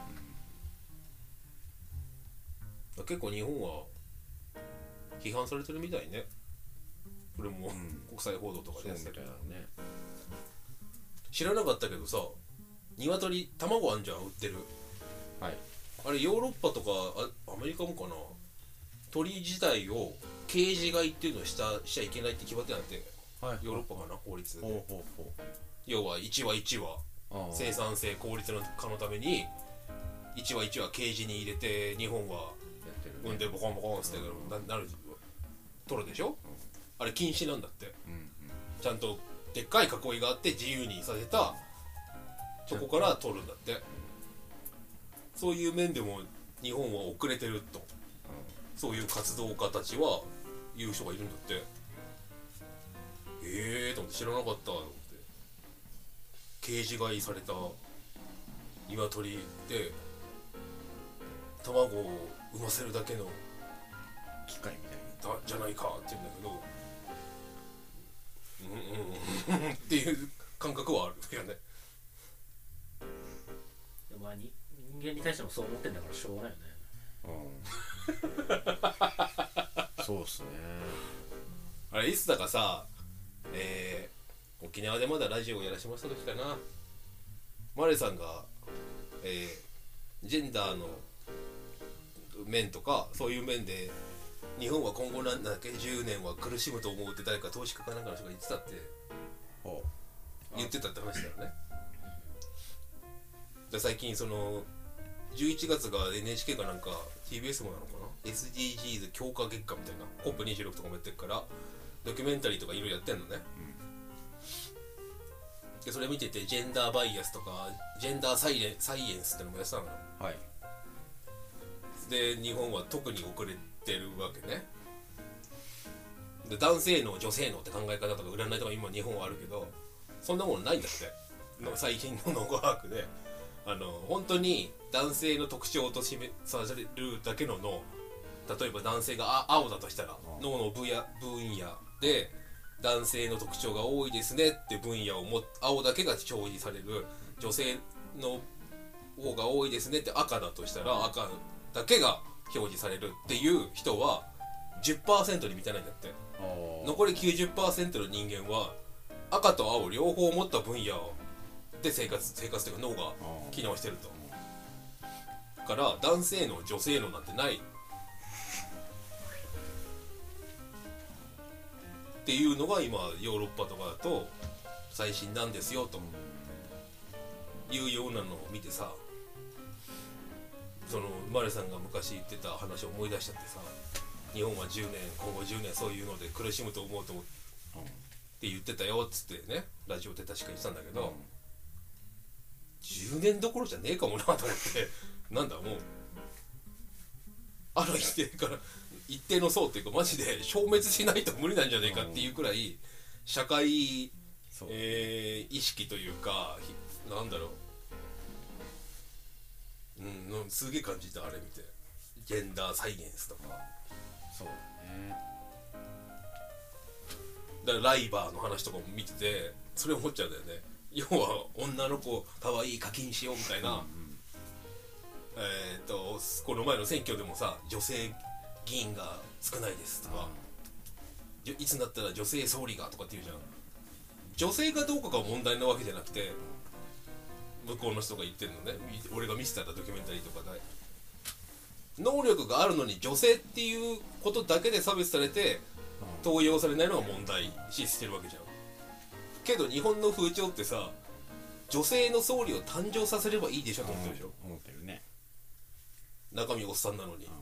うん、結構日本は批判されてるみたいね。これも、うん、国際報道とかでやってたけど、ね、知らなかったけどさ、鶏卵あんじゃん売ってる、はい、あれヨーロッパとか ア, アメリカもかな、鳥自体をケージ飼いっていうのをしたしちゃいけないって決まってなって、はい、ヨーロッパかな法律で、ほうほうほう、要はいちわいちわ生産性効率の化のためにいちわいちわケージに入れて日本はやってるね、 うんでボコンボコンっつってななる取るでしょ、あれ禁止なんだって。 うんうん、 ちゃんとでっかい囲いがあって自由にさせたそこから取るんだって。そういう面でも日本は遅れてると、そういう活動家たちは言う人がいるんだって。へえーと思って知らなかったと思って。ケージ飼いされた鶏で卵を産ませるだけの機械みたいだじゃないかって言うんだけど、うんうんうんっていう感覚はあるよね。 でもまあに人間に対してもそう思ってんだからしょうがないよね。 うんそうっすね。 あれいつだかさ、えー、沖縄でまだラジオをやらせてもらった時かな、マレさんが、えー、ジェンダーの面とかそういう面で日本は今後なんだっけじゅうねんは苦しむと思うって誰か投資家かなんかの人が言ってたって言ってたって話だよね。で最近そのじゅういちがつが エヌエイチケー かなんか ティービーエス もなのかな エスディージーズ 強化月間みたいな コップにじゅうろく とかもやってるからドキュメンタリーとかいろいろやってんのね、うん、でそれ見ててジェンダーバイアスとかジェンダーサイレンサイエンスってのもやってたのよ。 はいで日本は特に遅れてるわけね。で男性脳女性脳って考え方とか占いとか今日本はあるけどそんなものないんだって最近の脳科学で。あの本当に男性の特徴と示されるだけの脳、例えば男性が青だとしたら脳の分野分野で男性の特徴が多いですねって分野をも青だけが表示される、女性の方が多いですねって赤だとしたら赤だけが表示されるっていう人は じゅっパーセント に満たないんだって。残り きゅうじゅっパーセント の人間は赤と青両方持った分野で生活生活というか脳が機能してると。だから男性の女性のなんてないっていうのが今ヨーロッパとかだと最新なんですよというようなのを見てさ、そのマレさんが昔言ってた話を思い出しちゃってさ、日本はじゅうねん今後じゅうねんそういうので苦しむと思うと思って言ってたよっつってねラジオで確か言ってたんだけど、うんじゅうねんどころじゃねえかもなと思ってなんだもうある一定から一定の層っていうかマジで消滅しないと無理なんじゃねえかっていうくらい社会、えー、意識というかなんだろう、うん、すげえ感じたあれ見てジェンダーサイエンスとか。 そうだね。 だからライバーの話とかも見ててそれ思っちゃうんだよね。要は女の子かわいい課金しようみたいな、うんうん、えー、とこの前の選挙でもさ女性議員が少ないですとか、いつになったら女性総理がとかって言うじゃん。女性がどうかが問題なわけじゃなくて向こうの人が言ってるのね。俺が見せたドキュメンタリーとかで能力があるのに女性っていうことだけで差別されて登用されないのが問題視してるわけじゃん。けど日本の風潮ってさ女性の総理を誕生させればいいでしょと思ってるでしょ。 思ってるね。 中身おっさんなのに、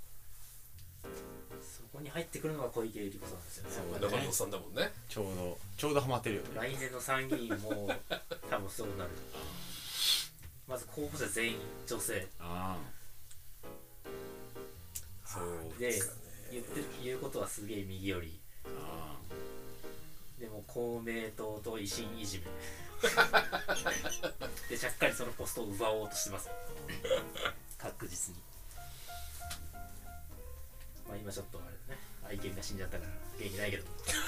そこに入ってくるのが小池百合子さんですよね。 そう中身おっさんだもんね。 ちょうどちょうどハマってるよね。 来年の参議院も多分そうなる。まず候補者全員女性。 ああそうでですかね。 言ってる言うことはすげえ右寄り。 あでも公明党と維新いじめでちゃっかりそのポストを奪おうとしてます確実に。まあ今ちょっとあれだね、愛犬が死んじゃったから元気ないけど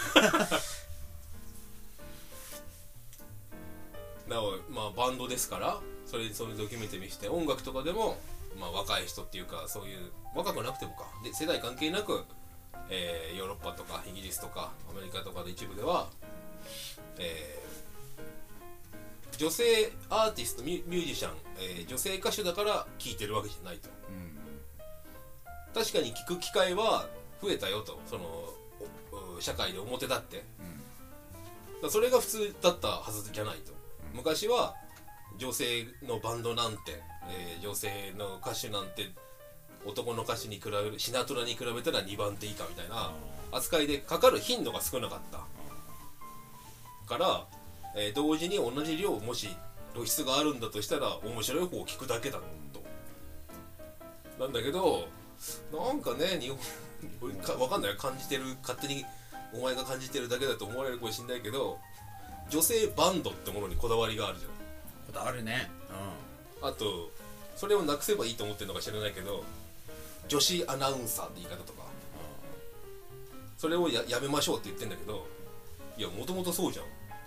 なおまあバンドですからそれそのドキュメンタリー見して音楽とかでも、まあ、若い人っていうかそういう若くなくてもかで世代関係なく、えー、ヨーロッパとかイギリスとかアメリカとかで一部では、えー、女性アーティストミュージシャン、えー、女性歌手だから聴いてるわけじゃないと、うん、確かに聴く機会は増えたよとその社会で表立って、うん、だそれが普通だったはずじゃないと、うん、昔は女性のバンドなんてえー、女性の歌手なんて男の歌手に比べるシナトラに比べたらにばん手以下みたいな扱いでかかる頻度が少なかったから、えー、同時に同じ量もし露出があるんだとしたら面白い方を聞くだけだと。なんだけどなんかね日本か分かんない、感じてる、勝手にお前が感じてるだけだと思われるかもしれないけど、女性バンドってものにこだわりがあるじゃん。 こだわるね。 あとそれをなくせばいいと思ってるのか知らないけど、女子アナウンサーって言い方とか、それを や, やめましょうって言ってんだけど、いやもともとそうじゃん。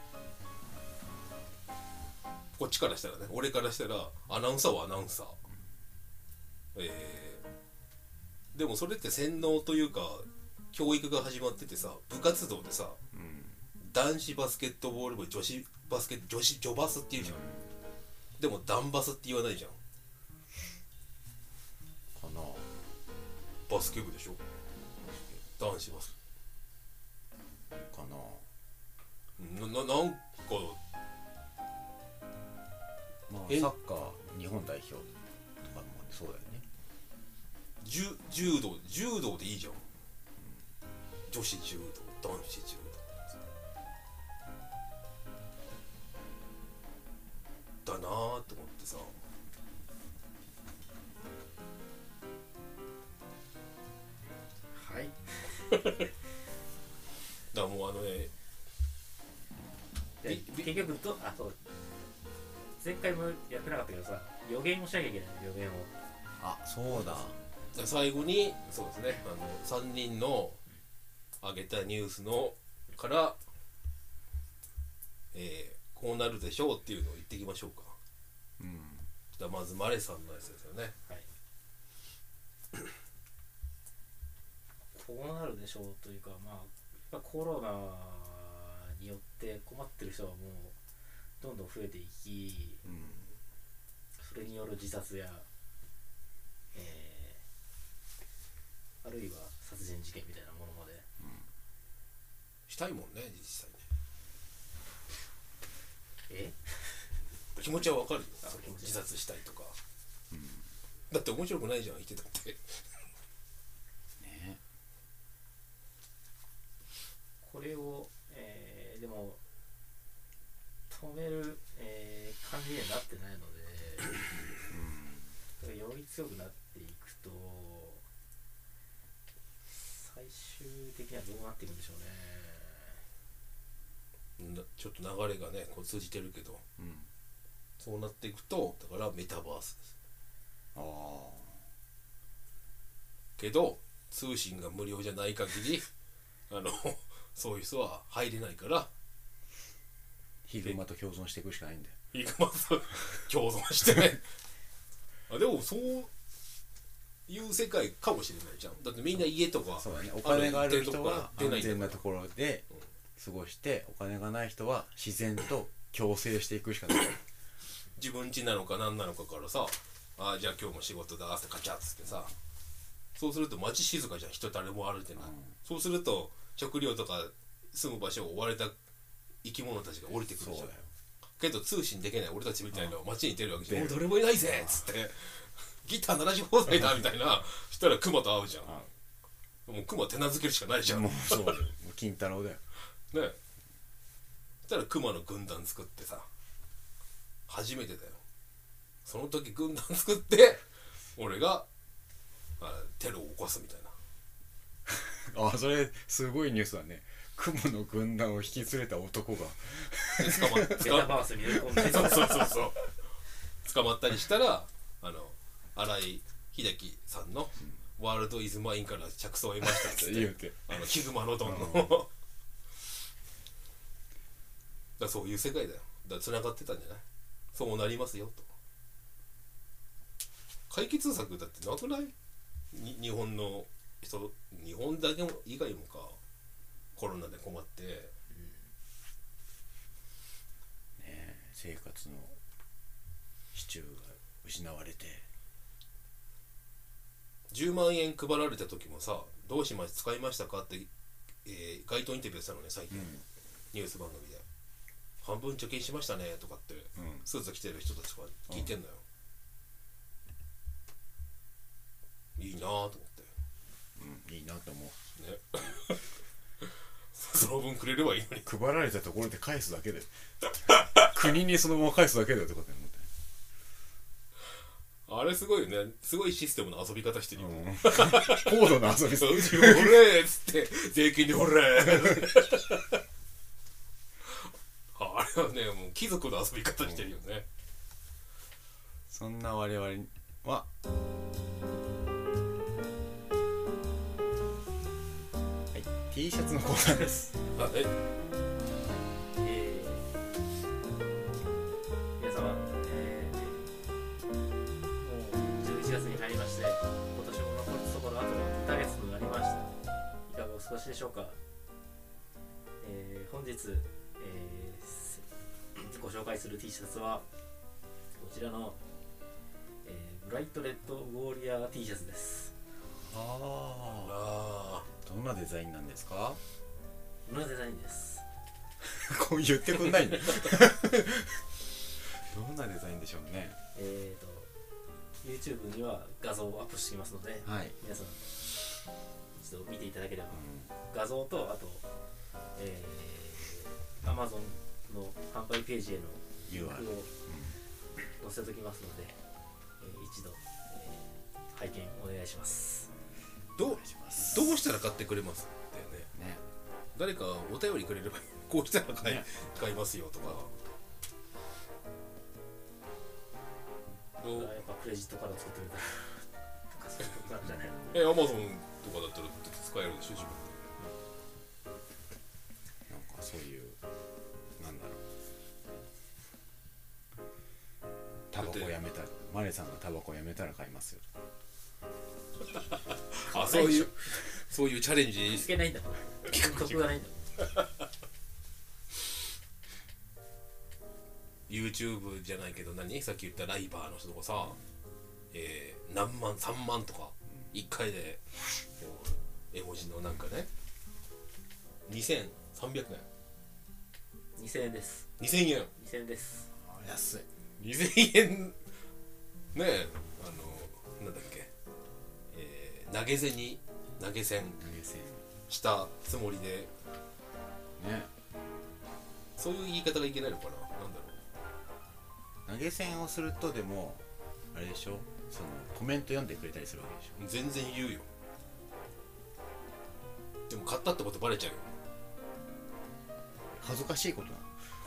こっちからしたらね、俺からしたらアナウンサーはアナウンサー、えー、でもそれって洗脳というか教育が始まっててさ、部活動でさ、うん、男子バスケットボール部、女子バスケット、女子女バスって言うじゃん、うん、でもダンバスって言わないじゃんかな。 バスケ部でしょ、男子バスかな。な、な、なんかまあサッカー日本代表とかもそうだよね。 柔柔道柔道でいいじゃん、うん、女子柔道、男子柔道だなぁと思ってさ。 はいだからもうあのね、 で結局とあそう前回もやってなかったけどさ、予言をしなきゃいけない。予言を、 あ、そうだ。 最後にそうですね、あのさんにんの上げたニュースのから、えー、こうなるでしょうっていうのを言っていきましょうか。うん。じゃあまずマレさんのやつですよね。 はい。こうなるでしょうというか、まあやっぱコロナによって困ってる人はもうどんどん増えていき、うん、それによる自殺や、えー、あるいは殺人事件みたいなものまで、うん、 したいもんね実際ね。 え気持ちはわかるよ。自殺したいとか、うん、だって面白くないじゃん、言ってたってね。 これを、えー、でも止める、えー、感じにはなってないので、うん、より強くなっていくと最終的にはどうなっていくんでしょうね。ちょっと流れがねこう通じてるけど、うん、そうなっていくとだからメタバースです。ああ。けど通信が無料じゃない限りあのそういう人は入れないから。 ヒグマと共存していくしかないんだよ。 ヒグマと共存してねあ、でもそういう世界かもしれないじゃん。だってみんな家とか、 そうだね、お金がある人は安全なところで過ごして、お金がない人は自然と共生していくしかない自分家なのか何なのかからさ、ああじゃあ今日も仕事だってカチャッつってさ、そうすると街静かじゃん、人誰も歩いてない、うん、そうすると食料とか住む場所を追われた生き物たちが降りてくるじゃん。けど通信できない俺たちみたいな街に出るわけじゃん。誰もいないぜっつってギター鳴らし放題だみたいなしたらクマと会うじゃん。もうクマ手なずけるしかないじゃん。 もうそうだよ、金太郎だよね。そしたらクマの軍団作ってさ、初めてだよ。その時軍団作って俺がテロを起こすみたいなあ、それすごいニュースだね。クモの軍団を引き連れた男が捕まっメタバースに入れ込んでそうそうそうそう捕まったりしたら、あの新井秀樹さんの「ワールドイズマイン」から着想を得ましたっつって言うて、あのヒグマノドンの、うん、だそういう世界だよ。だから繋がってたんじゃない。そうなりますよと。解決策だってなくない？に日本の人、日本だけも以外もか、コロナで困って、うん、ねえ、生活の支柱が失われてじゅうまんえん配られた時もさ、どうしました使いましたかって、えー、街頭インタビューしたのね最近、うん、ニュース番組で半分貯金しましたねとかって、うん、スーツ着てる人たちが聞いてんのよ、 その分くれればいいのに。 配られたところで返すだけで国にそのまま返すだけだよってことだよね。 あれすごいよね。すごいシステムの遊び方してるよ、 うん、高度な遊びする。 そう自分ほれーっつって税金でほれーあれはねもう貴族の遊び方してるよね。 そんな我々ははい T シャツのコーナーです。 あええー、皆様、えー、もうじゅういちがつに入りまして、今年も残りところあとにかげつとなりました。いかがお過ごしでしょうか。えー、本日、えー、ご紹介する T シャツはこちらの、えー、ブライトレッドウォーリアー T シャツです。 あああ、どんなデザインなんですか？ このデザインです。 こう言ってくんないんだどんなデザインでしょうね。 えーと YouTube には画像をアップしていますので、 はい、 皆さん一度見ていただければ、画像とあと、えー、Amazon の販売ページへのリンクを載せておきますので、えー、一度、えー、拝見お願いします。 どうどうしたら買ってくれますってね。 ね、 誰かお便りくれればこうしたら買い、ね、買いますよとか。 やっぱクレジットカード作ってみたらなんかそういうことなんじゃないの。 え、アマゾンとかだったら使えるでしょ自分で。 なんかそういうなんだろう、タバコやめたらマレさんがタバコやめたら買いますよ。 あ、そういうそういうチャレンジつけないんだもん。得がないんだもん。 YouTube じゃないけど何さっき言ったライバーの人とかさ、えー、何万さんまんとかいっかいでこう絵文字のなんかねにせんさんびゃくえんにせんえんです。 にせんえんにせんえんです。 安い。 にせんえんねえ、あのなんだっけ、えー、投げ銭投げ銭投げ銭したつもりでね、 そういう言い方がいけないのかな。なんだろう、 投げ銭をするとでもあれでしょ、そのコメント読んでくれたりするわけでしょ。 全然言うよ。でも買ったってことバレちゃうよ。 恥ずかしいことなの。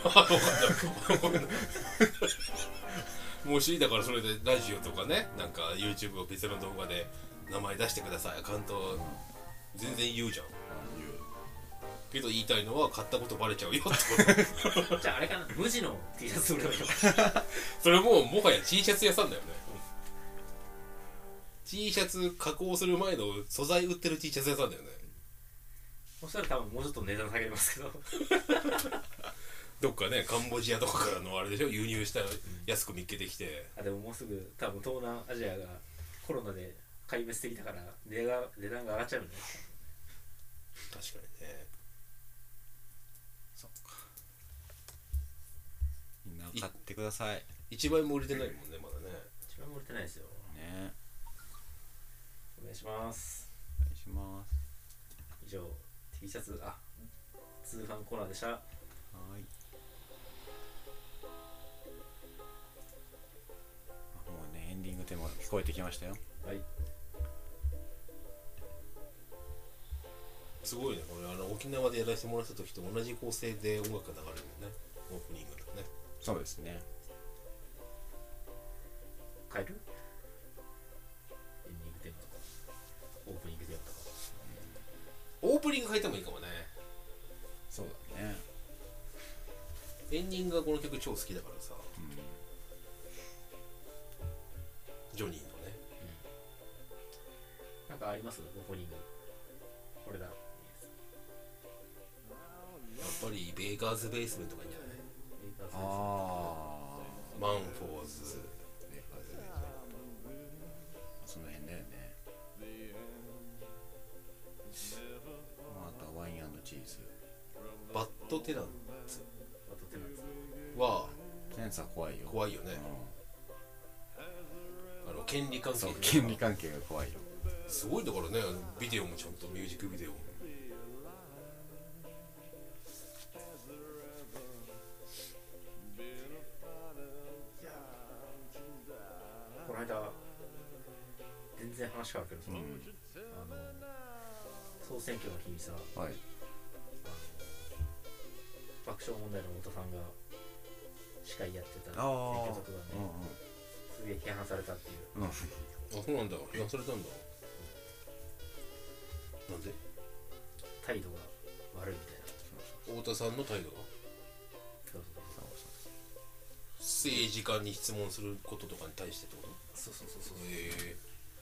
もしだからそれでラジオとかね、なんか YouTube を別の動画で名前出してください、アカウント全然言うじゃん。けど言いたいのは買ったことバレちゃうよってこと。 じゃああれかな、無地の T シャツ売ればいいのか。 それもうもはや T シャツ屋さんだよね。T シャツ加工する前の素材売ってる T シャツ屋さんだよね。 そしたら多分もうちょっと値段下げますけど。 どっかね、カンボジアとかからのあれでしょ、輸入したら安く見っけてきて。 あ、でももうすぐ多分東南アジアがコロナで壊滅的だから値が値段が上がっちゃうんだよ。 確かにね。 そうか、みんな買ってください。 一倍も売れてないもんね、まだね。 一番売れてないですよ。 ね、 お願いします。 お願いします。 以上 T シャツ、あ、通販コーナーでした。 はい。もうね、エンディングテーマが聞こえてきましたよ。 はい。 すごいね、これあの沖縄でやらせてもらった時と同じ構成で音楽が流れるよね、オープニングとかね。 そうですね。 変える？エンディングテーマとかオープニングテーマとか。 オープニング変えてもいいかもね。 そうだね。 エンディングがこの曲超好きだからさ、 うん、 ジョニーのね、 なんかあります？オープニングこれだ。 やっぱりベーカーズベースメントがいいんじゃない？ ああ、 マンフォーズ、 その辺だよね。まあ、あとはワイン&チーズ。 バッドテナンツバッドテナンツはセンサー怖いよ。 怖いよね。あの権利関係そう、権利関係が怖いよ。 すごいだからね、あのビデオもちゃんとミュージックビデオもの間全然話変わるけどさ、 うんあの総選挙の日にさ、 はいあの爆笑問題の太田さんが司会やってた選ああ挙特番で、すげえ批判されたっていううんうんあ、そうなんだ。批判されたんだ。なんで？ 態度が悪いみたいな。 太田さんの態度がそうそう政治家に質問することとかに対してってこと？ そうそうそうそうそう。 へえ。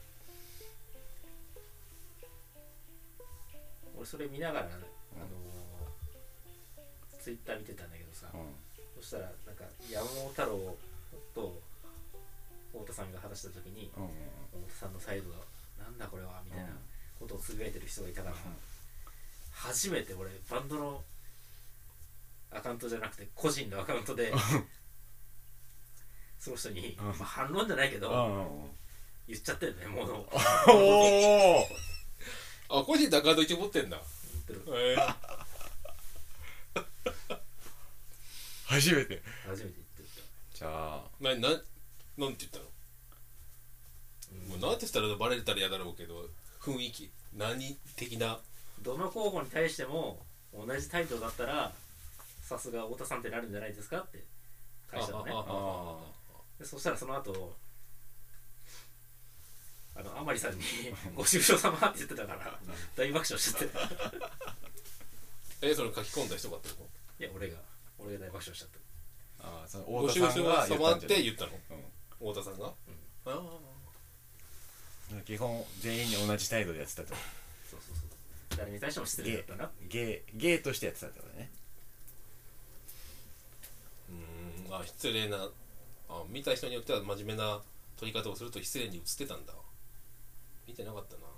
俺それ見ながら、ね、 うんあのー、ツイッター見てたんだけどさ、 うんそしたらなんか山本太郎と太田さんが話した時に、 うん太田さんの態度がなんだこれはみたいなことをつぶやいてる人がいたから、初めて俺バンドのアカウントじゃなくて個人のアカウントでその人に、まあ、反論じゃないけど、 うん言っちゃってるね、もうのおおあ、個人でアカウント一応持ってんだ。 言ってるへえ。 初めて初めて言ってる。 じゃあな、な、なんて言ったの？もうなんて言ったらバレたら嫌だろうけど、雰囲気、何的な。 どの候補に対しても同じ態度だったらさすが太田さんってなるんじゃないですかって返したのね。 あでそしたらその後あの甘利さんにご愁傷様って言ってたから大爆笑しててえ、それ書き込んだ人がってこいや俺が俺が大爆笑しちゃった。 あそのと？ご太愁田さんが傷様っ言ったんじゃないて言ったの？太田さんが？ああ。 うん基本全員に同じ態度でやってたとそうそうそう誰に対しても失礼だったなっていう。 ゲーゲーとしてやってたってことねうーん、あ、失礼な、あ、見た人によっては真面目な取り方をすると失礼に映ってたんだ。見てなかったな。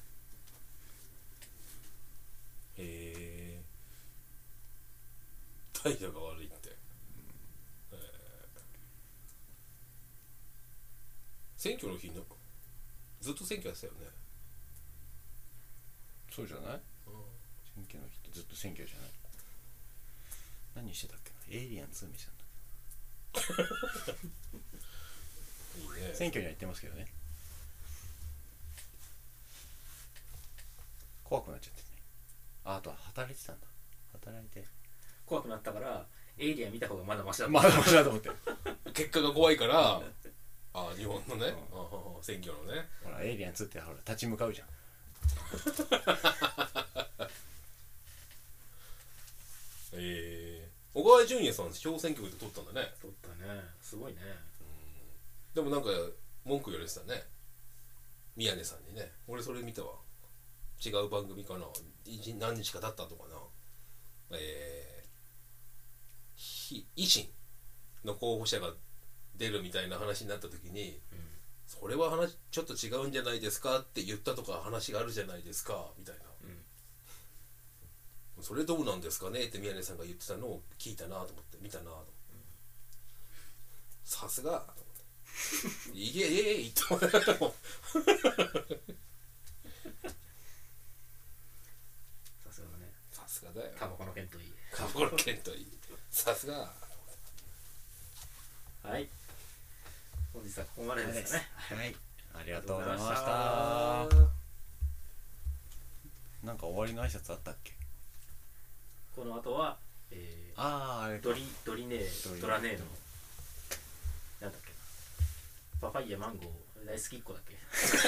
へえ。態度が悪いって、えー選挙の日のずっと選挙やってたよね。 そうじゃない選挙の日ってずっと選挙じゃない何してたっけなエイリアンツー見せたんだいいね。 選挙には行ってますけどね怖くなっちゃってねああとは働いてたんだ働いて怖くなったからエイリアン見た方がまだマシだった。 まだまだだと思って結果が怖いからあ、日本のね、 うんあ選挙のね。 ほらエイリアンツーってほら立ち向かうじゃんえー、小川淳也さん小選挙区で取ったんだね。 撮ったね、すごいね。 でもなんか文句言われてたね、宮根さんにね。俺それ見たわ。違う番組かな、い何日か経ったとかな。えー、ひ維新の候補者が出るみたいな話になった時に、 うんそれは話ちょっと違うんじゃないですかって言ったとか話があるじゃないですかみたいな、 うん、 それどうなんですかねって宮根さんが言ってたのを聞いたなと思って見たなと思って、さすがと思っていけえいと思ってさすがだね。 さすがだよ。 タバコの件といい。 カバコの剣といい。さすが。 はい。本日はここまでですかね。 はいありがとうございましありがとうございましたたなんか終わりの挨拶あったっけこの後は、えー、 あああれかドリドリネドリードラネーのなんだっけな、パパイヤマンゴー大好きっ子だっけ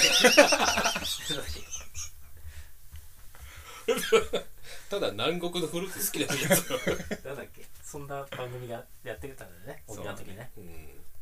なんだっただ南国のフルーツ好きなやつ。 けなんだっけそんな番組がやってたんだよね、沖縄の時にね。 うん。